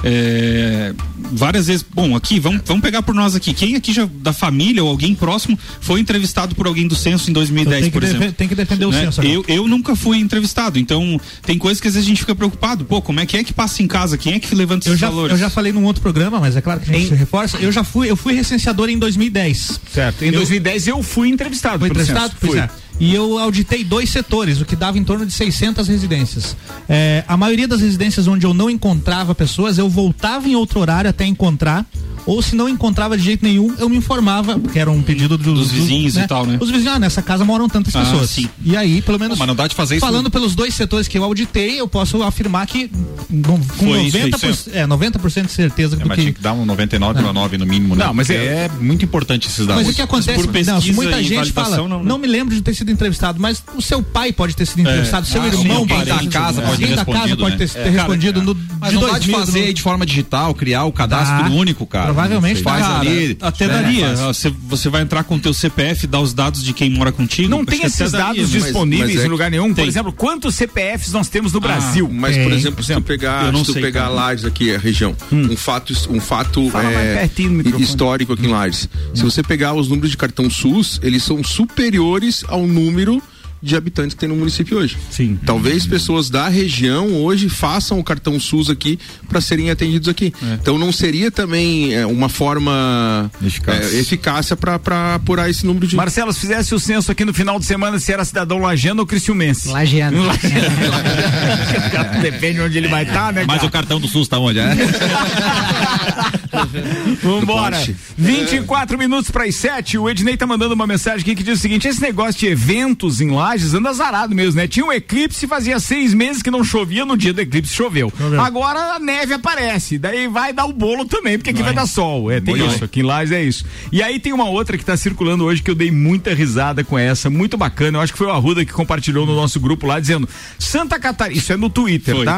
é, várias vezes, bom, aqui, vamos, vamos pegar por nós aqui, quem aqui já da família ou alguém próximo foi entrevistado por alguém do censo em dois mil e dez, por exemplo? Tem que defender o né? censo. Eu, eu nunca fui entrevistado, então tem coisas que às vezes a gente fica preocupado, pô, como é que é que passa em casa, quem é que levanta esses eu já, valores? Eu já falei num outro programa, mas é claro que a gente em... se reforça, eu já fui, eu fui recenseador em dois mil e dez. Certo, em eu, dois mil e dez eu fui entrevistado. Foi entrevistado? Pois é. E eu auditei dois setores, o que dava em torno de seiscentas residências. É, a maioria das residências onde eu não encontrava pessoas, eu voltava em outro horário até encontrar, ou se não encontrava de jeito nenhum, eu me informava, porque era um pedido do, dos vizinhos do, né? e tal, né? Os vizinhos, ah, nessa casa moram tantas ah, pessoas. Sim. E aí, pelo menos, mas não dá de fazer isso. Falando pelos dois setores que eu auditei, eu posso afirmar que com Foi noventa por cento, isso, isso. é, noventa por cento de certeza é, do mas que... tinha que dar um noventa e nove vírgula nove no mínimo, né? Não, mas é, é muito importante esses dados. Mas o que acontece, por pesquisa não, muita e gente fala, não, não, né? não me lembro de ter sido entrevistado, mas o seu pai pode ter sido entrevistado, É. seu Ah, irmão sim, pode alguém ter da casa é. pode ter Alguém da casa respondido, pode ter, né? ter É, respondido cara, no, mas de não dois dá de mil, fazer no... aí de forma digital, criar o cadastro Ah, único, cara. provavelmente faz cara, ali. até é, daria. faz. Você, você vai entrar com o teu C P F, dar os dados de quem mora contigo. Não Acho tem que até esses daria, dados mas- disponíveis mas é em lugar nenhum. Por tem. exemplo, quantos C P Fs nós temos no Brasil? Mas, por exemplo, se tu pegar, eu não se tu sei, pegar cara. Lages aqui, a região, um fato, um fato Fala mais é, pertinho do microfone. histórico aqui em Lages. Se você pegar os números de cartão SUS, eles são superiores ao número de habitantes que tem no município hoje. Sim. Talvez pessoas da região hoje façam o cartão SUS aqui para serem atendidos aqui. É. Então não seria também é, uma forma Eficaz. é, eficácia para apurar esse número de... Marcelo, se fizesse o censo aqui no final de semana, se era cidadão lagiano ou criciumense? Lagiano. Depende de onde ele vai estar, né, Mas cara? o cartão do SUS tá onde, é? Vambora. poste. vinte e quatro minutos para as sete. O Ednei tá mandando uma mensagem aqui que diz o seguinte: esse negócio de eventos em Lages anda azarado mesmo, né? Tinha um eclipse, fazia seis meses que não chovia, no dia do eclipse choveu. Choveu. Agora a neve aparece, daí vai dar o bolo também, porque aqui vai, vai dar sol. É, tem Vai. isso, aqui em Lages é isso. E aí tem uma outra que tá circulando hoje que eu dei muita risada com essa, muito bacana. Eu acho que foi o Arruda que compartilhou no nosso grupo lá, dizendo: Santa Catarina, isso é no Twitter, Foi. tá?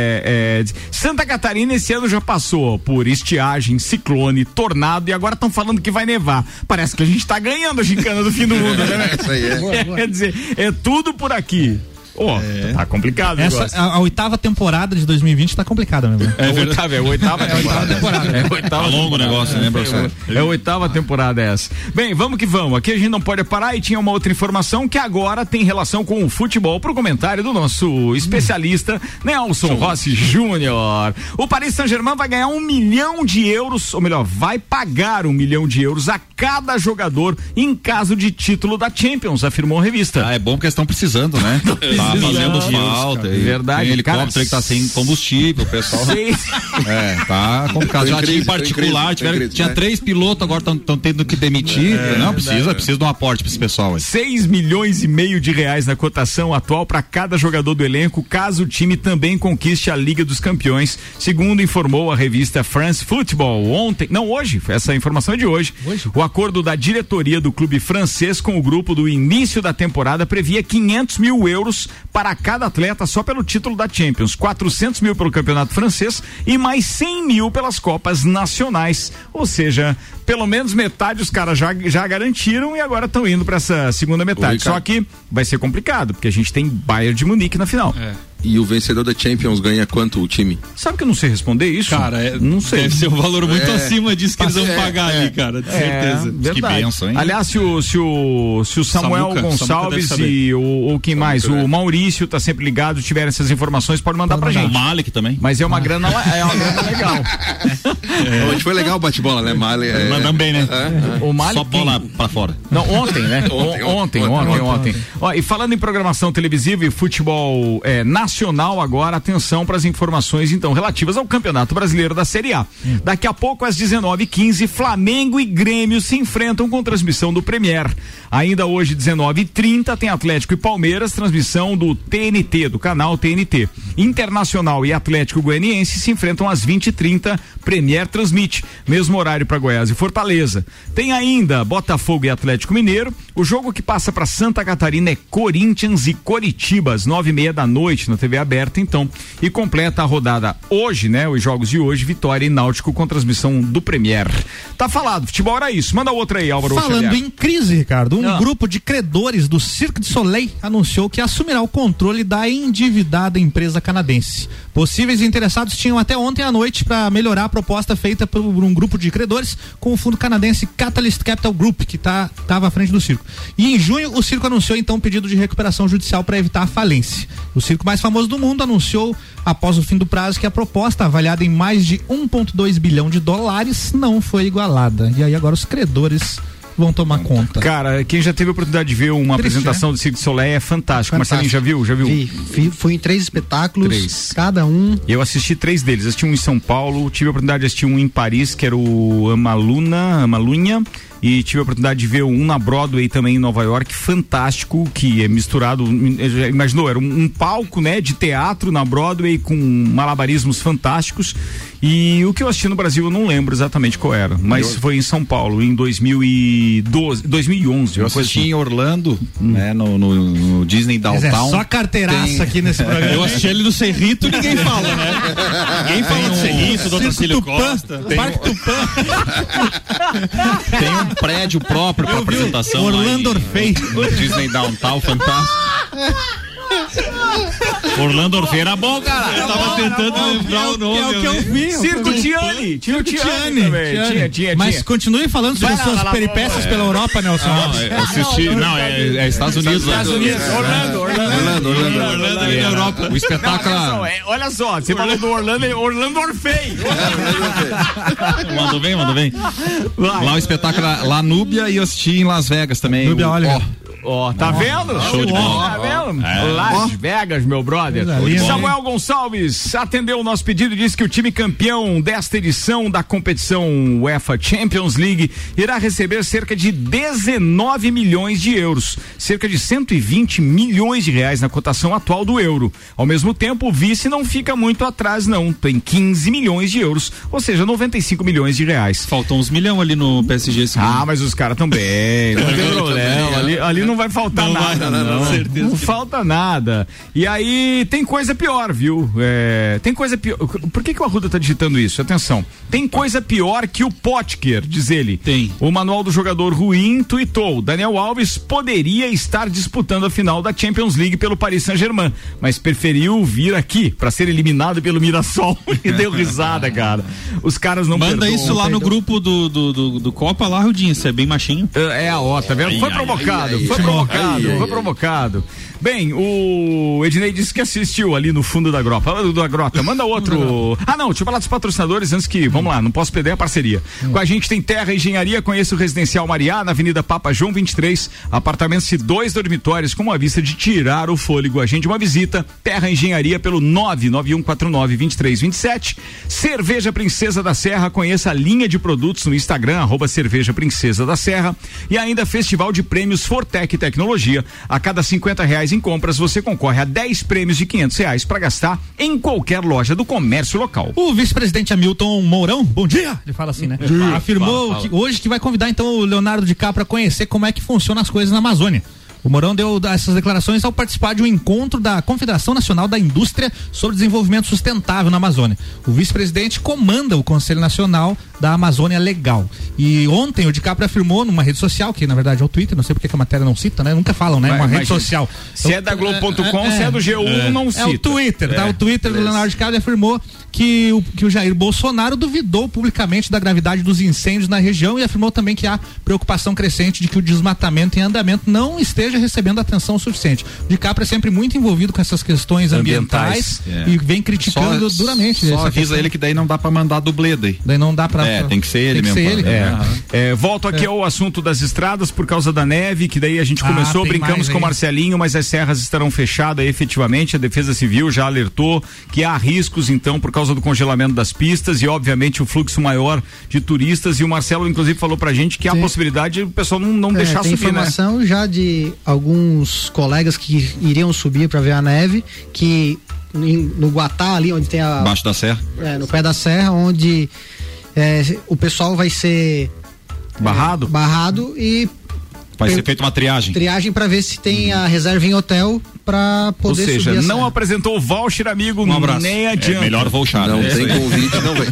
É, é, Santa Catarina esse ano já passou por estiagem, ciclone, tornado e agora estão falando que vai nevar. Parece que a gente tá ganhando a gincana do fim do mundo, né? Isso aí é. Quer dizer, é tudo por aqui. Ó, oh, tá complicado o Essa, negócio. a, a oitava temporada de dois mil e vinte tá complicada mesmo. É a oitava, é a oitava temporada. É a oitava Tá longo o negócio, né, professor? É a oitava temporada essa. Bem, vamos que vamos. Aqui a gente não pode parar e tinha uma outra informação que agora tem relação com o futebol pro comentário do nosso especialista Nelson Rossi Júnior. O Paris Saint-Germain vai ganhar um milhão de euros, ou melhor, vai pagar um milhão de euros a cada jogador em caso de título da Champions, afirmou a revista. Ah, é bom porque eles estão precisando, né? Tá fazendo falta. E Verdade. Tem helicóptero Cara, que tá sem combustível, o pessoal. Seis... É, tá complicado. Já tinha em particular, tiveram, tinha três pilotos, agora estão tendo que demitir. É, não, precisa, precisa de um aporte pra esse pessoal aí. seis milhões e meio de reais na cotação atual para cada jogador do elenco, caso o time também conquiste a Liga dos Campeões, segundo informou a revista France Football ontem, não hoje, essa informação é de hoje. hoje. O acordo da diretoria do clube francês com o grupo do início da temporada previa quinhentos mil euros para cada atleta só pelo título da Champions, quatrocentos mil pelo campeonato francês e mais cem mil pelas Copas Nacionais, ou seja, pelo menos metade os caras já, já garantiram e agora estão indo para essa segunda metade. Só que vai ser complicado, porque a gente tem Bayern de Munique na final. É. E o vencedor da Champions ganha quanto o time? Sabe que eu não sei responder isso? Cara, é, não sei. Deve ser um valor muito É. acima disso que eles vão É, pagar é. ali, cara, de É, certeza. verdade. Que benção, hein? Aliás, se o, se o, se o Samuel Samuca, Gonçalves Samuca deve e o, o quem mais, Samuca, o né? Maurício tá sempre ligado, tiverem essas informações, pode mandar Pode pra mandar. gente. O Malik também. Mas é uma grana, é uma grana legal. Hoje foi legal o bate-bola, né? Mali, é... Mandamos bem, né? O Malik, Só bola pra fora. Não, ontem, né? ontem, ontem, ontem, ontem. Ó, e falando em programação televisiva e futebol é, nacional agora, atenção para as informações então relativas ao Campeonato Brasileiro da Série A. Hum. Daqui a pouco às dezenove e quinze, Flamengo e Grêmio se enfrentam com transmissão do Premier. Ainda hoje dezenove e trinta tem Atlético e Palmeiras, transmissão do T N T, do canal T N T. Internacional e Atlético Goianiense se enfrentam às vinte e trinta, Premier transmite, mesmo horário para Goiás e Fortaleza. Tem ainda Botafogo e Atlético Mineiro. O jogo que passa para Santa Catarina é Corinthians e Coritiba, às nove e meia da noite na T V aberta, então. E completa a rodada hoje, né? Os jogos de hoje, Vitória e Náutico com transmissão do Premier. Tá falado, futebol era isso. Manda outra aí, Álvaro. Falando Xavier. em crise, Ricardo, um Ah. grupo de credores do Cirque du Soleil anunciou que assumirá o controle da endividada empresa canadense. Possíveis interessados tinham até ontem à noite para melhorar a proposta feita por um grupo de credores com o fundo canadense Catalyst Capital Group, que tá, tava à frente do circo. E em junho, o circo anunciou então um pedido de recuperação judicial para evitar a falência. O circo mais famoso do mundo anunciou, após o fim do prazo, que a proposta, avaliada em mais de um vírgula dois bilhão de dólares, não foi igualada. E aí agora os credores vão tomar conta. Cara, quem já teve a oportunidade de ver uma Triste, apresentação é? do Cirque du Soleil é fantástico. fantástico. Marcelinho, já viu? Já viu? Vi, vi, fui em três espetáculos, três. cada um. Eu assisti três deles. Assisti um em São Paulo, tive a oportunidade de assistir um em Paris, que era o Amaluna, Amalunha. E tive a oportunidade de ver um na Broadway também em Nova York, fantástico, que é misturado, imaginou, era um, um palco, né, de teatro na Broadway com malabarismos fantásticos. E o que eu assisti no Brasil eu não lembro exatamente qual era, mas eu... foi em São Paulo em dois mil e doze, dois mil e onze. Eu assisti assim. em Orlando, hum. né, no, no, no Disney Downtown. É só carteiraça tem... aqui nesse programa. Eu assisti ele no Cerrito, ninguém fala, né? Ninguém fala do Cerrito, do Otacílio Costa. Tem Parque Tupã. Tem um prédio próprio para apresentação. Orlando Orfei. Disney Downtown, fantástico. Orlando Orfei era bom, cara. Eu tava tentando lembrar o nome. É o que eu vi. Circo Tiani. Tinha o Tiani também. Tinha, tinha, Mas continue falando sobre suas peripécias pela Europa, Nelson. Não, assisti. Não, é Estados Unidos. Estados Unidos. Orlando, Orlando. Orlando, Orlando é Europa. O espetáculo. Olha só, você falou do Orlando, Orlando Orfei. Mandou bem, mandou bem. Lá o espetáculo lá Núbia e eu assisti em Las Vegas também. Núbia, olha. Ó, oh, tá oh, vendo? Show de bola. Tá vendo? É. Las oh. Vegas, meu brother. Linda, Samuel hein? Gonçalves atendeu o nosso pedido e disse que o time campeão desta edição da competição UEFA Champions League irá receber cerca de dezenove milhões de euros, cerca de cento e vinte milhões de reais na cotação atual do euro. Ao mesmo tempo, o vice não fica muito atrás, não. Tem quinze milhões de euros, ou seja, noventa e cinco milhões de reais. Faltam uns milhão ali no P S G. Ah, mas os caras estão bem. Não tem problema. Ali, ali não vai faltar não nada, vai, não, não, não, certeza não falta nada. E aí tem coisa pior, viu? É, tem coisa pior. Por que que o Arruda tá digitando isso? Atenção. Tem coisa pior que o Potker, diz ele. Tem. O manual do jogador ruim tuitou: Daniel Alves poderia estar disputando a final da Champions League pelo Paris Saint-Germain, mas preferiu vir aqui para ser eliminado pelo Mirassol. E deu risada, cara. Os caras não Manda perdoam, isso lá no grupo do, do, do, do Copa lá, Rudinho, você é bem machinho. É, ó, tá vendo? Foi provocado, foi provocado, foi provocado. Bem, o Ednei disse que assistiu ali no fundo da grota. Da grota. Manda outro. Ah, não, deixa eu falar dos patrocinadores antes que, vamos lá, não posso perder a parceria. Com a gente tem Terra Engenharia, conheça o Residencial Mariá, na Avenida Papa João vinte e três, apartamentos de dois dormitórios com uma vista de tirar o fôlego. A gente uma visita, Terra Engenharia pelo nove nove um quatro nove dois três dois sete. Cerveja Princesa da Serra, conheça a linha de produtos no Instagram, arroba Cerveja Princesa da Serra. E ainda Festival de Prêmios Fortec Tecnologia. A cada cinquenta reais em compras, você concorre a dez prêmios de quinhentos reais para gastar em qualquer loja do comércio local. O vice-presidente Hamilton Mourão, bom dia, ele fala assim, né? Dia. Afirmou fala, fala. que hoje que vai convidar então o Leonardo DiCaprio para conhecer como é que funcionam as coisas na Amazônia. O Mourão deu essas declarações ao participar de um encontro da Confederação Nacional da Indústria sobre Desenvolvimento Sustentável na Amazônia. O vice-presidente comanda o Conselho Nacional da Amazônia Legal. E ontem o DiCaprio afirmou numa rede social, que na verdade é o Twitter, não sei porque que a matéria não cita, né? Nunca falam, né? Mas, uma rede social. Se então, é da Globo ponto com, é, é, se é do G um, é, não cita. É o Twitter, é, tá? O Twitter do Leonardo DiCaprio afirmou que o, que o Jair Bolsonaro duvidou publicamente da gravidade dos incêndios na região e afirmou também que há preocupação crescente de que o desmatamento em andamento não esteja recebendo atenção suficiente. O DiCaprio é sempre muito envolvido com essas questões ambientais, ambientais é. e vem criticando só, duramente. Só avisa questão. Ele que daí não dá pra mandar dublê daí. Daí não dá pra... É, tem que ser ele tem mesmo. Que ser ele. É. É, volto aqui é. ao assunto das estradas por causa da neve, que daí a gente começou, ah, brincamos com o Marcelinho, mas as serras estarão fechadas efetivamente. A Defesa Civil já alertou que há riscos então por causa do congelamento das pistas e obviamente o fluxo maior de turistas, e o Marcelo inclusive falou pra gente que Sim. há possibilidade o pessoal não, não é, deixar tem subir, informação né? já de alguns colegas que iriam subir para ver a neve, que no Guatá ali onde tem a... Embaixo da serra? É, no pé da serra, onde é, o pessoal vai ser barrado, é, barrado e vai ser feita uma triagem. Triagem para ver se tem a reserva em hotel para poder subir. Ou seja, subir não apresentou o voucher, amigo, um abraço. Nem adianta. É melhor voucher. Não né? tem convite, não vem.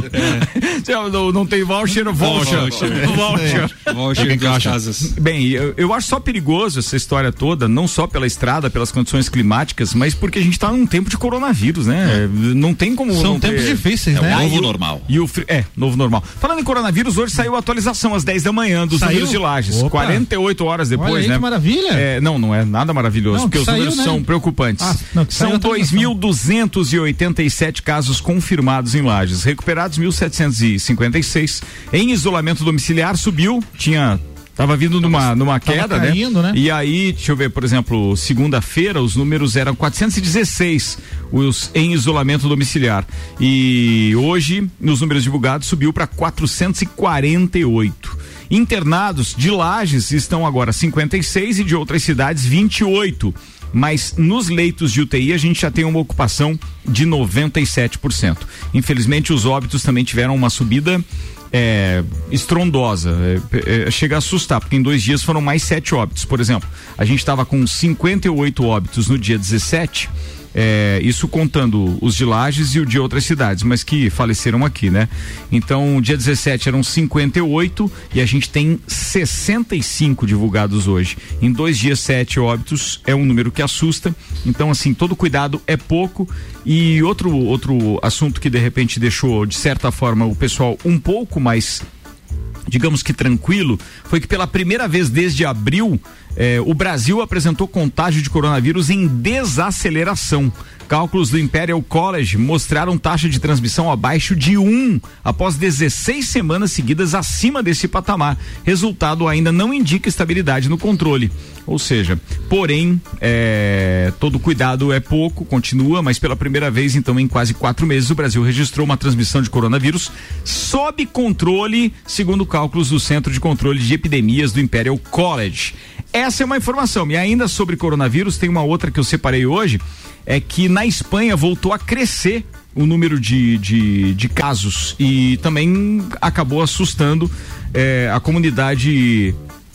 é. não, não tem voucher, voucher. Voucher. Voucher. Voucher de casas. Bem, eu, eu acho só perigoso essa história toda, não só pela estrada, pelas condições climáticas, mas porque a gente tá num tempo de coronavírus, né? É. Não tem como... São tempos ter... difíceis, é né? É o novo o, normal. E o, é, novo normal. Falando em coronavírus, hoje saiu a atualização às dez da manhã dos saiu? números de Lages. Opa. quarenta e oito horas depois, Olha aí, né? Que maravilha. É, não, não é nada maravilhoso, não, porque os saiu, números né? são preocupantes. Ah, não, são dois mil duzentos e oitenta e sete casos confirmados em Lages, recuperados mil setecentos e cinquenta e seis. Em isolamento domiciliar subiu, tinha Tava vindo numa, numa queda, caindo, né? né? E aí, deixa eu ver, por exemplo, segunda-feira os números eram quatrocentos e dezesseis os em isolamento domiciliar. E hoje, nos números divulgados, subiu para quatrocentos e quarenta e oito. Internados de Lages estão agora cinquenta e seis e de outras cidades vinte e oito. Mas nos leitos de U T I a gente já tem uma ocupação de noventa e sete por cento. Infelizmente, os óbitos também tiveram uma subida É, estrondosa, é, é, chega a assustar, porque em dois dias foram mais sete óbitos. Por exemplo, a gente estava com cinquenta e oito óbitos no dia dezessete, é, isso contando os de Lages e o de outras cidades, mas que faleceram aqui, né? Então, dia dezessete eram cinquenta e oito e a gente tem sessenta e cinco divulgados hoje. Em dois dias, sete óbitos é um número que assusta. Então, assim, todo cuidado é pouco. E outro, outro assunto que de repente deixou, de certa forma, o pessoal um pouco mais, digamos que tranquilo, foi que pela primeira vez desde abril, eh, o Brasil apresentou contágio de coronavírus em desaceleração. Cálculos do Imperial College mostraram taxa de transmissão abaixo de um após dezesseis semanas seguidas acima desse patamar. Resultado ainda não indica estabilidade no controle. Ou seja, porém, é, todo cuidado é pouco, continua, mas pela primeira vez, então, em quase quatro meses, o Brasil registrou uma transmissão de coronavírus sob controle, segundo cálculos do Centro de Controle de Epidemias do Imperial College. Essa é uma informação. E ainda sobre coronavírus, tem uma outra que eu separei hoje, é que na Espanha voltou a crescer o número de, de, de casos e também acabou assustando é, a comunidade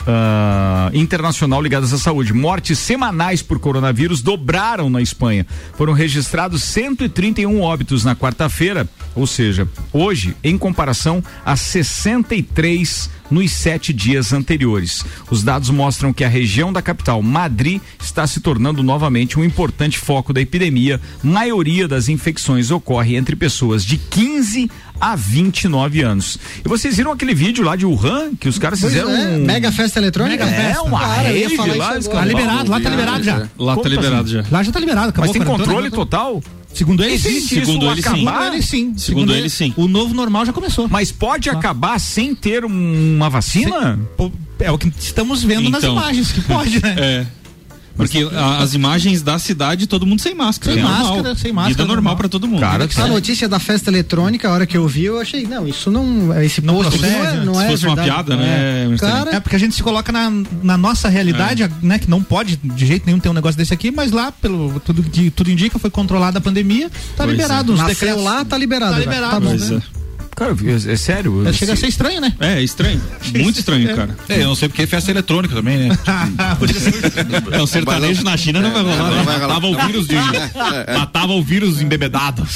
Uh, internacional ligadas à saúde. Mortes semanais por coronavírus dobraram na Espanha. Foram registrados cento e trinta e um óbitos na quarta-feira, ou seja, hoje, em comparação a sessenta e três nos sete dias anteriores. Os dados mostram que a região da capital, Madrid, está se tornando novamente um importante foco da epidemia. Maioria das infecções ocorre entre pessoas de quinze a vinte e nove anos. E vocês viram aquele vídeo lá de Wuhan, que os caras pois fizeram é, um... Mega festa eletrônica? É, festa. uma Cara, rave lá. Tá liberado, lá tá liberado já. Lá tá liberado já. Lá já tá liberado. Mas tem controle total? Segundo ele, sim. Segundo ele, sim. Segundo ele, sim. Segundo ele, sim. O novo normal já começou. Mas pode acabar sem ter uma vacina? É o que estamos vendo nas imagens, que pode, né? É. Porque a, as imagens da cidade, todo mundo sem máscara. Sem é máscara, normal. sem máscara. Vida normal, normal pra todo mundo. Cara, a notícia da festa eletrônica, a hora que eu vi, eu achei, não, isso não, esse não posto procede, não é, não Se é fosse verdade, uma piada, não né? É. Cara, é porque a gente se coloca na, na nossa realidade, é. né? Que não pode de jeito nenhum ter um negócio desse aqui, mas lá, pelo tudo que tudo indica, foi controlada a pandemia, tá pois liberado. É. Os Nasceu decretos, lá, tá liberado. Tá liberado. Tá bom, Pois né? é. Cara, é, é sério. É, chega a ser estranho, né? É, é estranho. Muito estranho, cara. É, eu não sei porque é festa eletrônica também, né? É, o sertanejo na China não vai rolar. Não vai rolar. Matava o vírus de. Matava o vírus embebedado.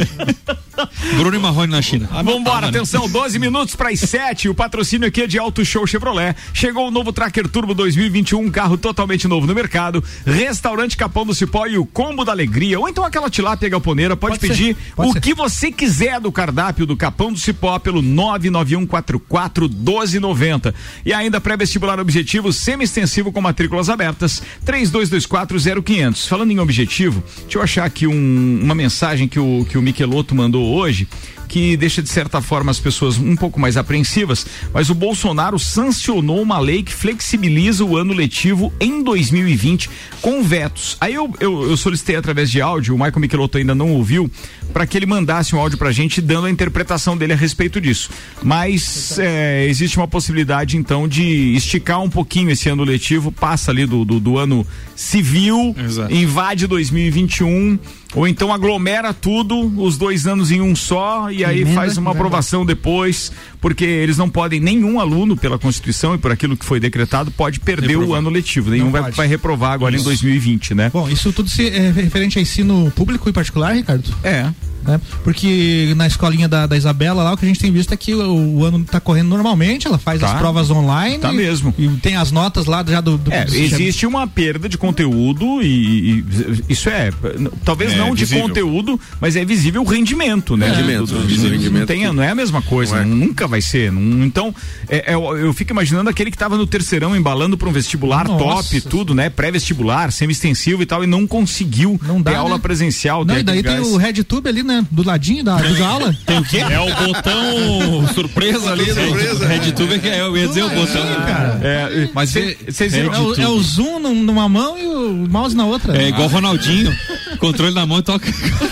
Bruno e Marrone na China. Ah, vambora, atenção, doze minutos para as sete. O patrocínio aqui é de Auto Show Chevrolet. Chegou o novo Tracker Turbo dois mil e vinte e um, um carro totalmente novo no mercado. Restaurante Capão do Cipó e o Combo da Alegria. Ou então aquela tilápia galponeira. Pode, pode pedir pode o ser. que você quiser do cardápio do Capão do Cipó pelo nove nove um quatro quatro um dois nove zero. E ainda pré-vestibular objetivo semi-extensivo com matrículas abertas três dois dois quatro zero quinhentos. Falando em objetivo, deixa eu achar aqui um, uma mensagem que o, que o Michelotto mandou hoje, que deixa de certa forma as pessoas um pouco mais apreensivas, mas o Bolsonaro sancionou uma lei que flexibiliza o ano letivo em dois mil e vinte com vetos. Aí eu, eu, eu solicitei através de áudio, o Michael Michelotto ainda não ouviu, para que ele mandasse um áudio pra gente dando a interpretação dele a respeito disso. Mas é, existe uma possibilidade então de esticar um pouquinho esse ano letivo, passa ali do, do, do ano civil, exato, invade dois mil e vinte e um, ou então aglomera tudo, os dois anos em um só, e aí faz uma aprovação depois, porque eles não podem, nenhum aluno, pela Constituição e por aquilo que foi decretado, pode perder reprovar o ano letivo, nenhum vai, vai reprovar agora isso. Em dois mil e vinte, né? Bom, isso tudo se, é referente a ensino público e particular, Ricardo? É. Né? Porque na escolinha da, da Isabela lá, o que a gente tem visto é que o, o ano tá correndo normalmente, ela faz tá. as provas online. Tá e, mesmo. E tem as notas lá já do... do é, do existe uma perda de conteúdo e, e isso é, talvez é, não de visível. Conteúdo, mas é visível o rendimento, né? Rendimento, do, do, do, rendimento. Não, tem, não é a mesma coisa, não é. Nunca vai ser. Não, então, é, é, eu fico imaginando aquele que tava no terceirão embalando para um vestibular Nossa. top, tudo, né? Pré-vestibular, semi-extensivo e tal, e não conseguiu não dá, ter né? aula presencial. Não, e daí tem o RedTube ali né? Do ladinho da aula. Tem o quê? É o botão surpresa ali. Surpresa. RedTube que é, eu ia dizer o botão. Cara. É, mas vocês viram? É, o, é o zoom numa mão e o mouse na outra. É igual o Ronaldinho. Controle na mão e toca.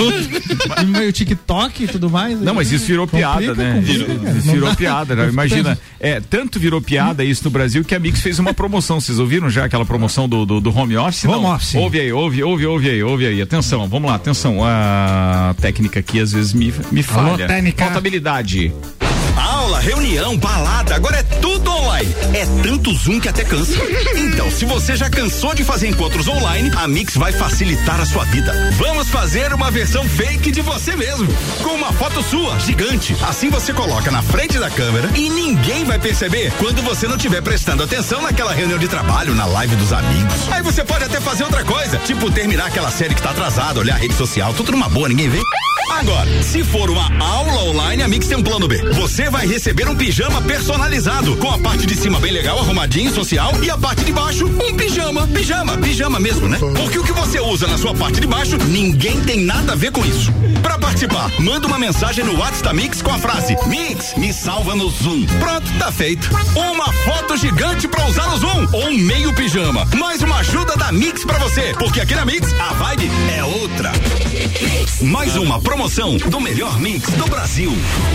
E meio TikTok e tudo mais. Não, mas isso virou piada, complica, né? Complica, virou, isso virou piada, né? Imagina, é, tanto virou piada isso no Brasil que a Mix fez uma promoção. Vocês ouviram já aquela promoção do, do, do home office? Home Não. office. Ouve aí, ouve, ouve, ouve aí, ouve aí. Atenção, vamos lá, atenção. A técnica aqui às vezes me, me falha. Alô, técnica. Falta habilidade. Aula, reunião, balada, agora é tudo online. É tanto Zoom que até cansa. Então, se você já cansou de fazer encontros online, a Mix vai facilitar a sua vida. Vamos fazer uma versão fake de você mesmo, com uma foto sua, gigante. Assim você coloca na frente da câmera e ninguém vai perceber quando você não estiver prestando atenção naquela reunião de trabalho, na live dos amigos. Aí você pode até fazer outra coisa, tipo terminar aquela série que tá atrasada, olhar a rede social, tudo numa boa, ninguém vê. Agora, se for uma aula online, a Mix tem um plano B. Você vai receber um pijama personalizado, com a parte de cima bem legal, arrumadinho, social, e a parte de baixo, um pijama. Pijama, pijama mesmo, né? Porque o que você usa na sua parte de baixo, ninguém tem nada a ver com isso. Pra participar, manda uma mensagem no WhatsApp da Mix com a frase: Mix, me salva no Zoom. Pronto, tá feito. Uma foto gigante pra usar no Zoom, ou um meio pijama. Mais uma ajuda da Mix pra você, porque aqui na Mix, a vibe é outra. Mais uma promoção do melhor Mix do Brasil.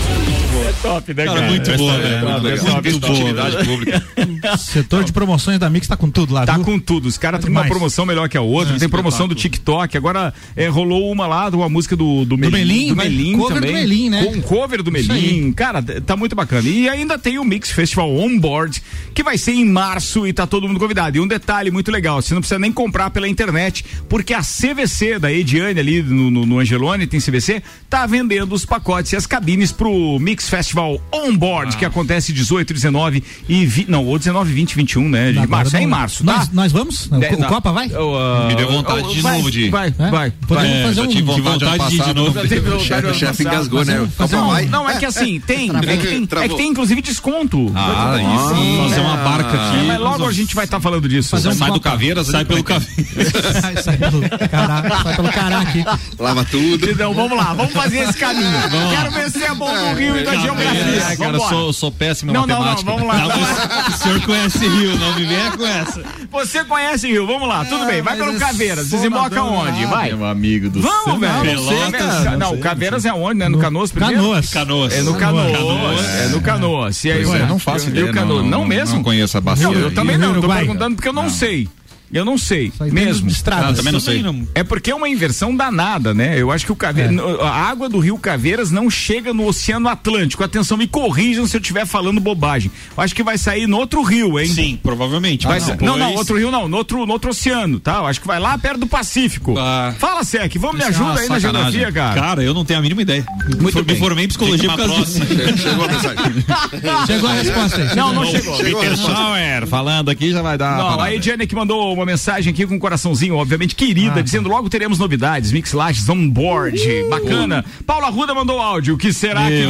É top, né, cara? Cara, muito boa, né? Muito boa. Utilidade pública. Setor de promoções da Mix tá com tudo lá, Tá viu? com tudo. Os caras têm uma promoção melhor que a outra. É, tem promoção do TikTok. Agora é, rolou uma lá, uma música do, do, do Melim. Melim, do Melim cover também. do Melim, né? Com um cover do Melim. Cara, tá muito bacana. E ainda tem o Mix Festival On Board, que vai ser em março e tá todo mundo convidado. E um detalhe muito legal, você não precisa nem comprar pela internet, porque a C V C da Ediane ali no, no, no Angelone, tem C V C, tá vendendo os pacotes e as cabines pro Mix Festival On Board, ah. que acontece dezoito, dezenove e vinte, não, ou dezenove, vinte, vinte e um, né? De março, é em março, tá? Nós, nós vamos? O, é, o Copa vai? Uh, Me deu vontade uh, de vai, novo de ir. Vai, é? vai. Podemos vai. fazer é, um... tive vontade, vontade de ir de novo. O chefe engasgou, né? Fazer um, vai. Não, é que assim, tem, é que tem, é que tem inclusive desconto. Ah, isso. Sim, fazer uma barca aqui. É, mas logo a gente vai estar tá falando disso. Fazer um sai copa. do Caveiras, sai pelo Caveiras. sai, sai pelo cará, sai pelo cará aqui. Lava tudo. Então, vamos lá, vamos fazer esse caminho. Quero ver se é bom do Rio e da geografia. É, cara, eu sou, sou péssimo em não, matemática. Não, não, vamos lá. Não, o senhor conhece Rio, não me venha com essa. Você conhece Rio, vamos lá, tudo bem. Vai pelo Caveiras, desemboca onde? Vai. Meu amigo do Vamos, velho. Pelotas. Não, Caveiras é onde, né? No Canoas primeiro? Canoas. Canoas. É no Canoas. É no Canoas. E aí, eu não faço ideia. Não, não mesmo? Não conheço a bacia. Não, eu também não, tô perguntando porque eu não sei. Eu não sei, mesmo. Ah, também não sei. É porque é uma inversão danada, né? Eu acho que o Caveira, é. a água do Rio Caveiras não chega no Oceano Atlântico. Atenção, me corrijam se eu estiver falando bobagem. Eu acho que vai sair no outro rio, hein? Sim, provavelmente. Vai ah, não, depois... não, não, outro rio não, no outro, no outro oceano, tá? Eu acho que vai lá perto do Pacífico. Ah. Fala, Sec, vamos me ajuda aí na geografia, cara. Cara, eu não tenho a mínima ideia. Muito For, bem. Me formei em psicologia por causa disso. Chegou a mensagem. Chegou a resposta aí. Não, não chegou. Peter Schauer falando aqui já vai dar. Não, a Ediane que mandou uma mensagem aqui com coraçãozinho, obviamente, querida, ah, dizendo logo teremos novidades, Mix Lages on board, uh, bacana. Paula Arruda mandou áudio, o que será que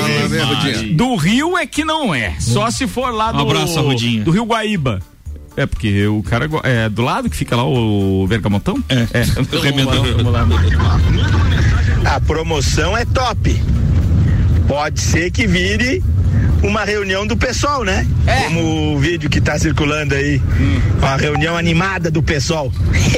vem aí? Do Rio é que não é, só se for lá do, um abraço, Arrudinha. Do Rio Guaíba. É, porque o cara é do lado que fica lá o Vergamontão? É, é. O Remendão. Vamos lá. A promoção é top. Pode ser que vire uma reunião do pessoal, né? É. Como o vídeo que tá circulando aí. Hum. Uma reunião animada do pessoal.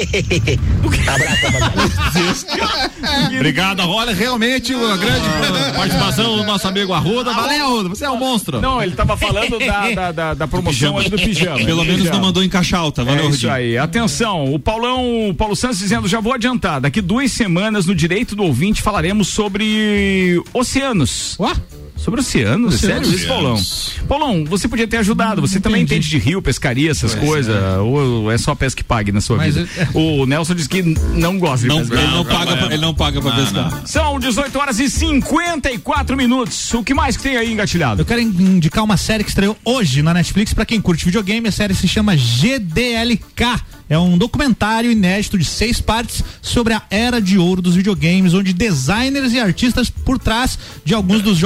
Abraço, obrigado, olha, realmente uma grande ah. participação do nosso amigo Arruda. Valeu, Arruda, você é um monstro. Não, ele tava falando da, da, da, da promoção ali do pijama. Pelo menos pijama. Não mandou em caixa alta, valeu, é isso aí. Atenção, o Paulão, o Paulo Santos dizendo, já vou adiantar, daqui duas semanas no Direito do Ouvinte falaremos sobre oceanos. Ué? Sobre oceanos, é sério isso, Paulão? Paulão, você podia ter ajudado, você também entende de rio, pescaria, essas pois coisas, é. ou é só pesca que pague na sua Mas vida? É... O Nelson disse que não gosta de não, pescar. Ele não, paga pra, ele não paga pra não, pescar. Não. São dezoito horas e cinquenta e quatro minutos. O que mais que tem aí engatilhado? Eu quero indicar uma série que estreou hoje na Netflix pra quem curte videogame. A série se chama G D L K. É um documentário inédito de seis partes sobre a era de ouro dos videogames, onde designers e artistas por trás de alguns dos jogos mais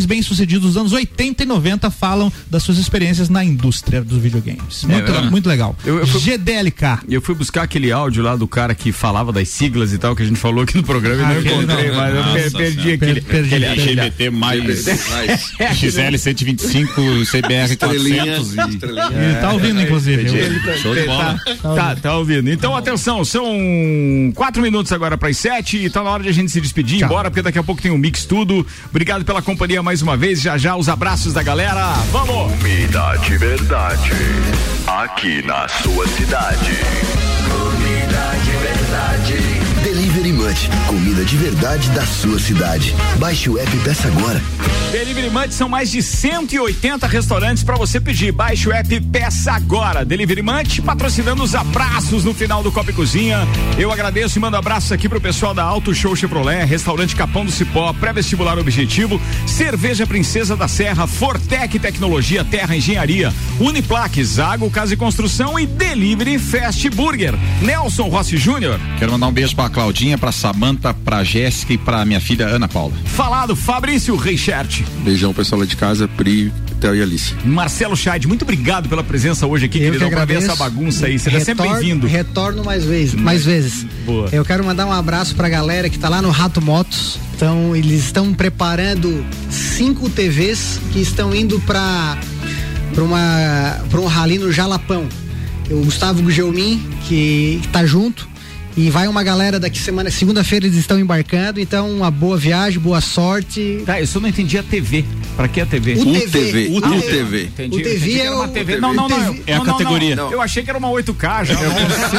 mais bem-sucedidos dos anos oitenta e noventa falam das suas experiências na indústria dos videogames. Muito, é, muito legal. Eu, eu fui, G D L K. Eu fui buscar aquele áudio lá do cara que falava das siglas e tal, que a gente falou aqui no programa ah, e não encontrei, não, mas nossa, eu perdi aquele. Perdi aquele G B T mais X L cento e vinte e cinco, C B R quatrocentos. Ele tá ouvindo, inclusive. Show de bola. Tá, tá ouvindo. Então, atenção, são quatro minutos agora para as sete e tá na hora de a gente se despedir, ir embora, porque daqui a pouco tem um Mix Tudo. Obrigado pela companhia mais uma vez. Já já os abraços da galera. Vamos! Comida de verdade. Aqui na sua cidade. Comida de verdade. Delivery Munch, comida de verdade da sua cidade. Baixe o app e peça agora. Delivery Munch são mais de cento e oitenta restaurantes para você pedir. Baixe o app e peça agora. Delivery Munch patrocinando os abraços no final do Copa e Cozinha. Eu agradeço e mando abraços aqui pro pessoal da Auto Show Chevrolet, Restaurante Capão do Cipó, Pré-Vestibular Objetivo, Cerveja Princesa da Serra, Fortec Tecnologia, Terra Engenharia, Uniplaque, Zago Casa e Construção e Delivery Fast Burger. Nelson Rossi Júnior. Quero mandar um beijo pra Claudinha, pra Samanta, pra Jéssica e pra minha filha Ana Paula. Falado, Fabrício Reichert. Beijão, pessoal lá de casa, Pri, Theo e Alice. Marcelo Scheid, muito obrigado pela presença hoje aqui, queridão, pra ver essa bagunça aí. Seja sempre bem-vindo. Retorno mais vezes, mais vezes. Boa. Eu quero mandar um abraço pra galera que tá lá no Rato Motos. Então, eles estão preparando cinco T Vs que estão indo pra, pra, uma, pra um rally no Jalapão. O Gustavo Gugelmin, que tá junto. E vai uma galera daqui semana, segunda-feira eles estão embarcando, então uma boa viagem, boa sorte. Tá, eu só não entendi a T V. Pra que a T V? O T V. O T V. Entendi. O T V é uma T V. Não, não, não. É a categoria. Eu achei que era uma oito K já. Eu sei,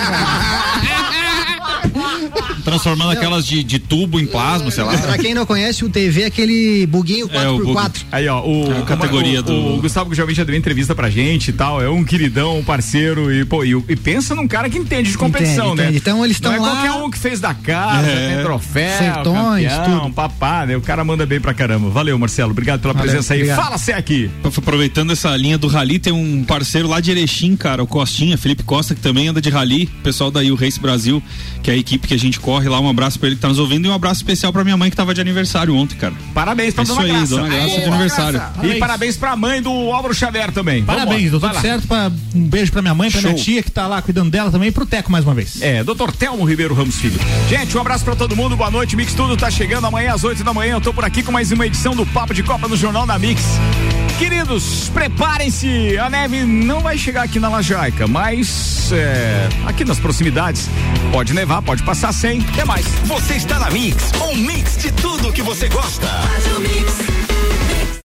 é, transformando não. aquelas de, de tubo em plasma, sei lá. Pra quem não conhece, o T V é aquele buguinho quatro por quatro. É, Aí, ó, o, é a categoria o, do... o Gustavo Gugelmin já deu entrevista pra gente e tal, é um queridão, um parceiro e, pô, e, e pensa num cara que entende de competição, entende, né? Entende. Então eles estão lá... Não é qualquer um que fez da casa, é. tem troféu, Sertões, campeão, tudo. papá, né? O cara manda bem pra caramba. Valeu, Marcelo, obrigado pela Valeu, presença aí. Obrigado. Fala, Cé aqui. Aproveitando essa linha do rally, tem um parceiro lá de Erechim, cara, o Costinha, Felipe Costa, que também anda de rally, pessoal da U Race Brasil, que é a equipe que a gente corre lá, um abraço pra ele que tá nos ouvindo e um abraço especial pra minha mãe que tava de aniversário ontem, cara. Parabéns pra Isso Dona aí, Graça. Dona Graça Aê, de aniversário. Graça. E parabéns pra mãe do Álvaro Xavier também. Parabéns, deu tudo certo. Pra, um beijo pra minha mãe, pra Show. minha tia que tá lá cuidando dela também e pro Teco mais uma vez. É, doutor Telmo Ribeiro Ramos Filho. Gente, um abraço pra todo mundo, boa noite, Mix Tudo tá chegando amanhã às oito da manhã, eu tô por aqui com mais uma edição do Papo de Copa no Jornal da Mix. Queridos, preparem-se, a neve não vai chegar aqui na Lajaica, mas é, aqui nas proximidades pode nevar, pode passar sem, até mais. Você está na Mix, um mix de tudo que você gosta. Faz o mix.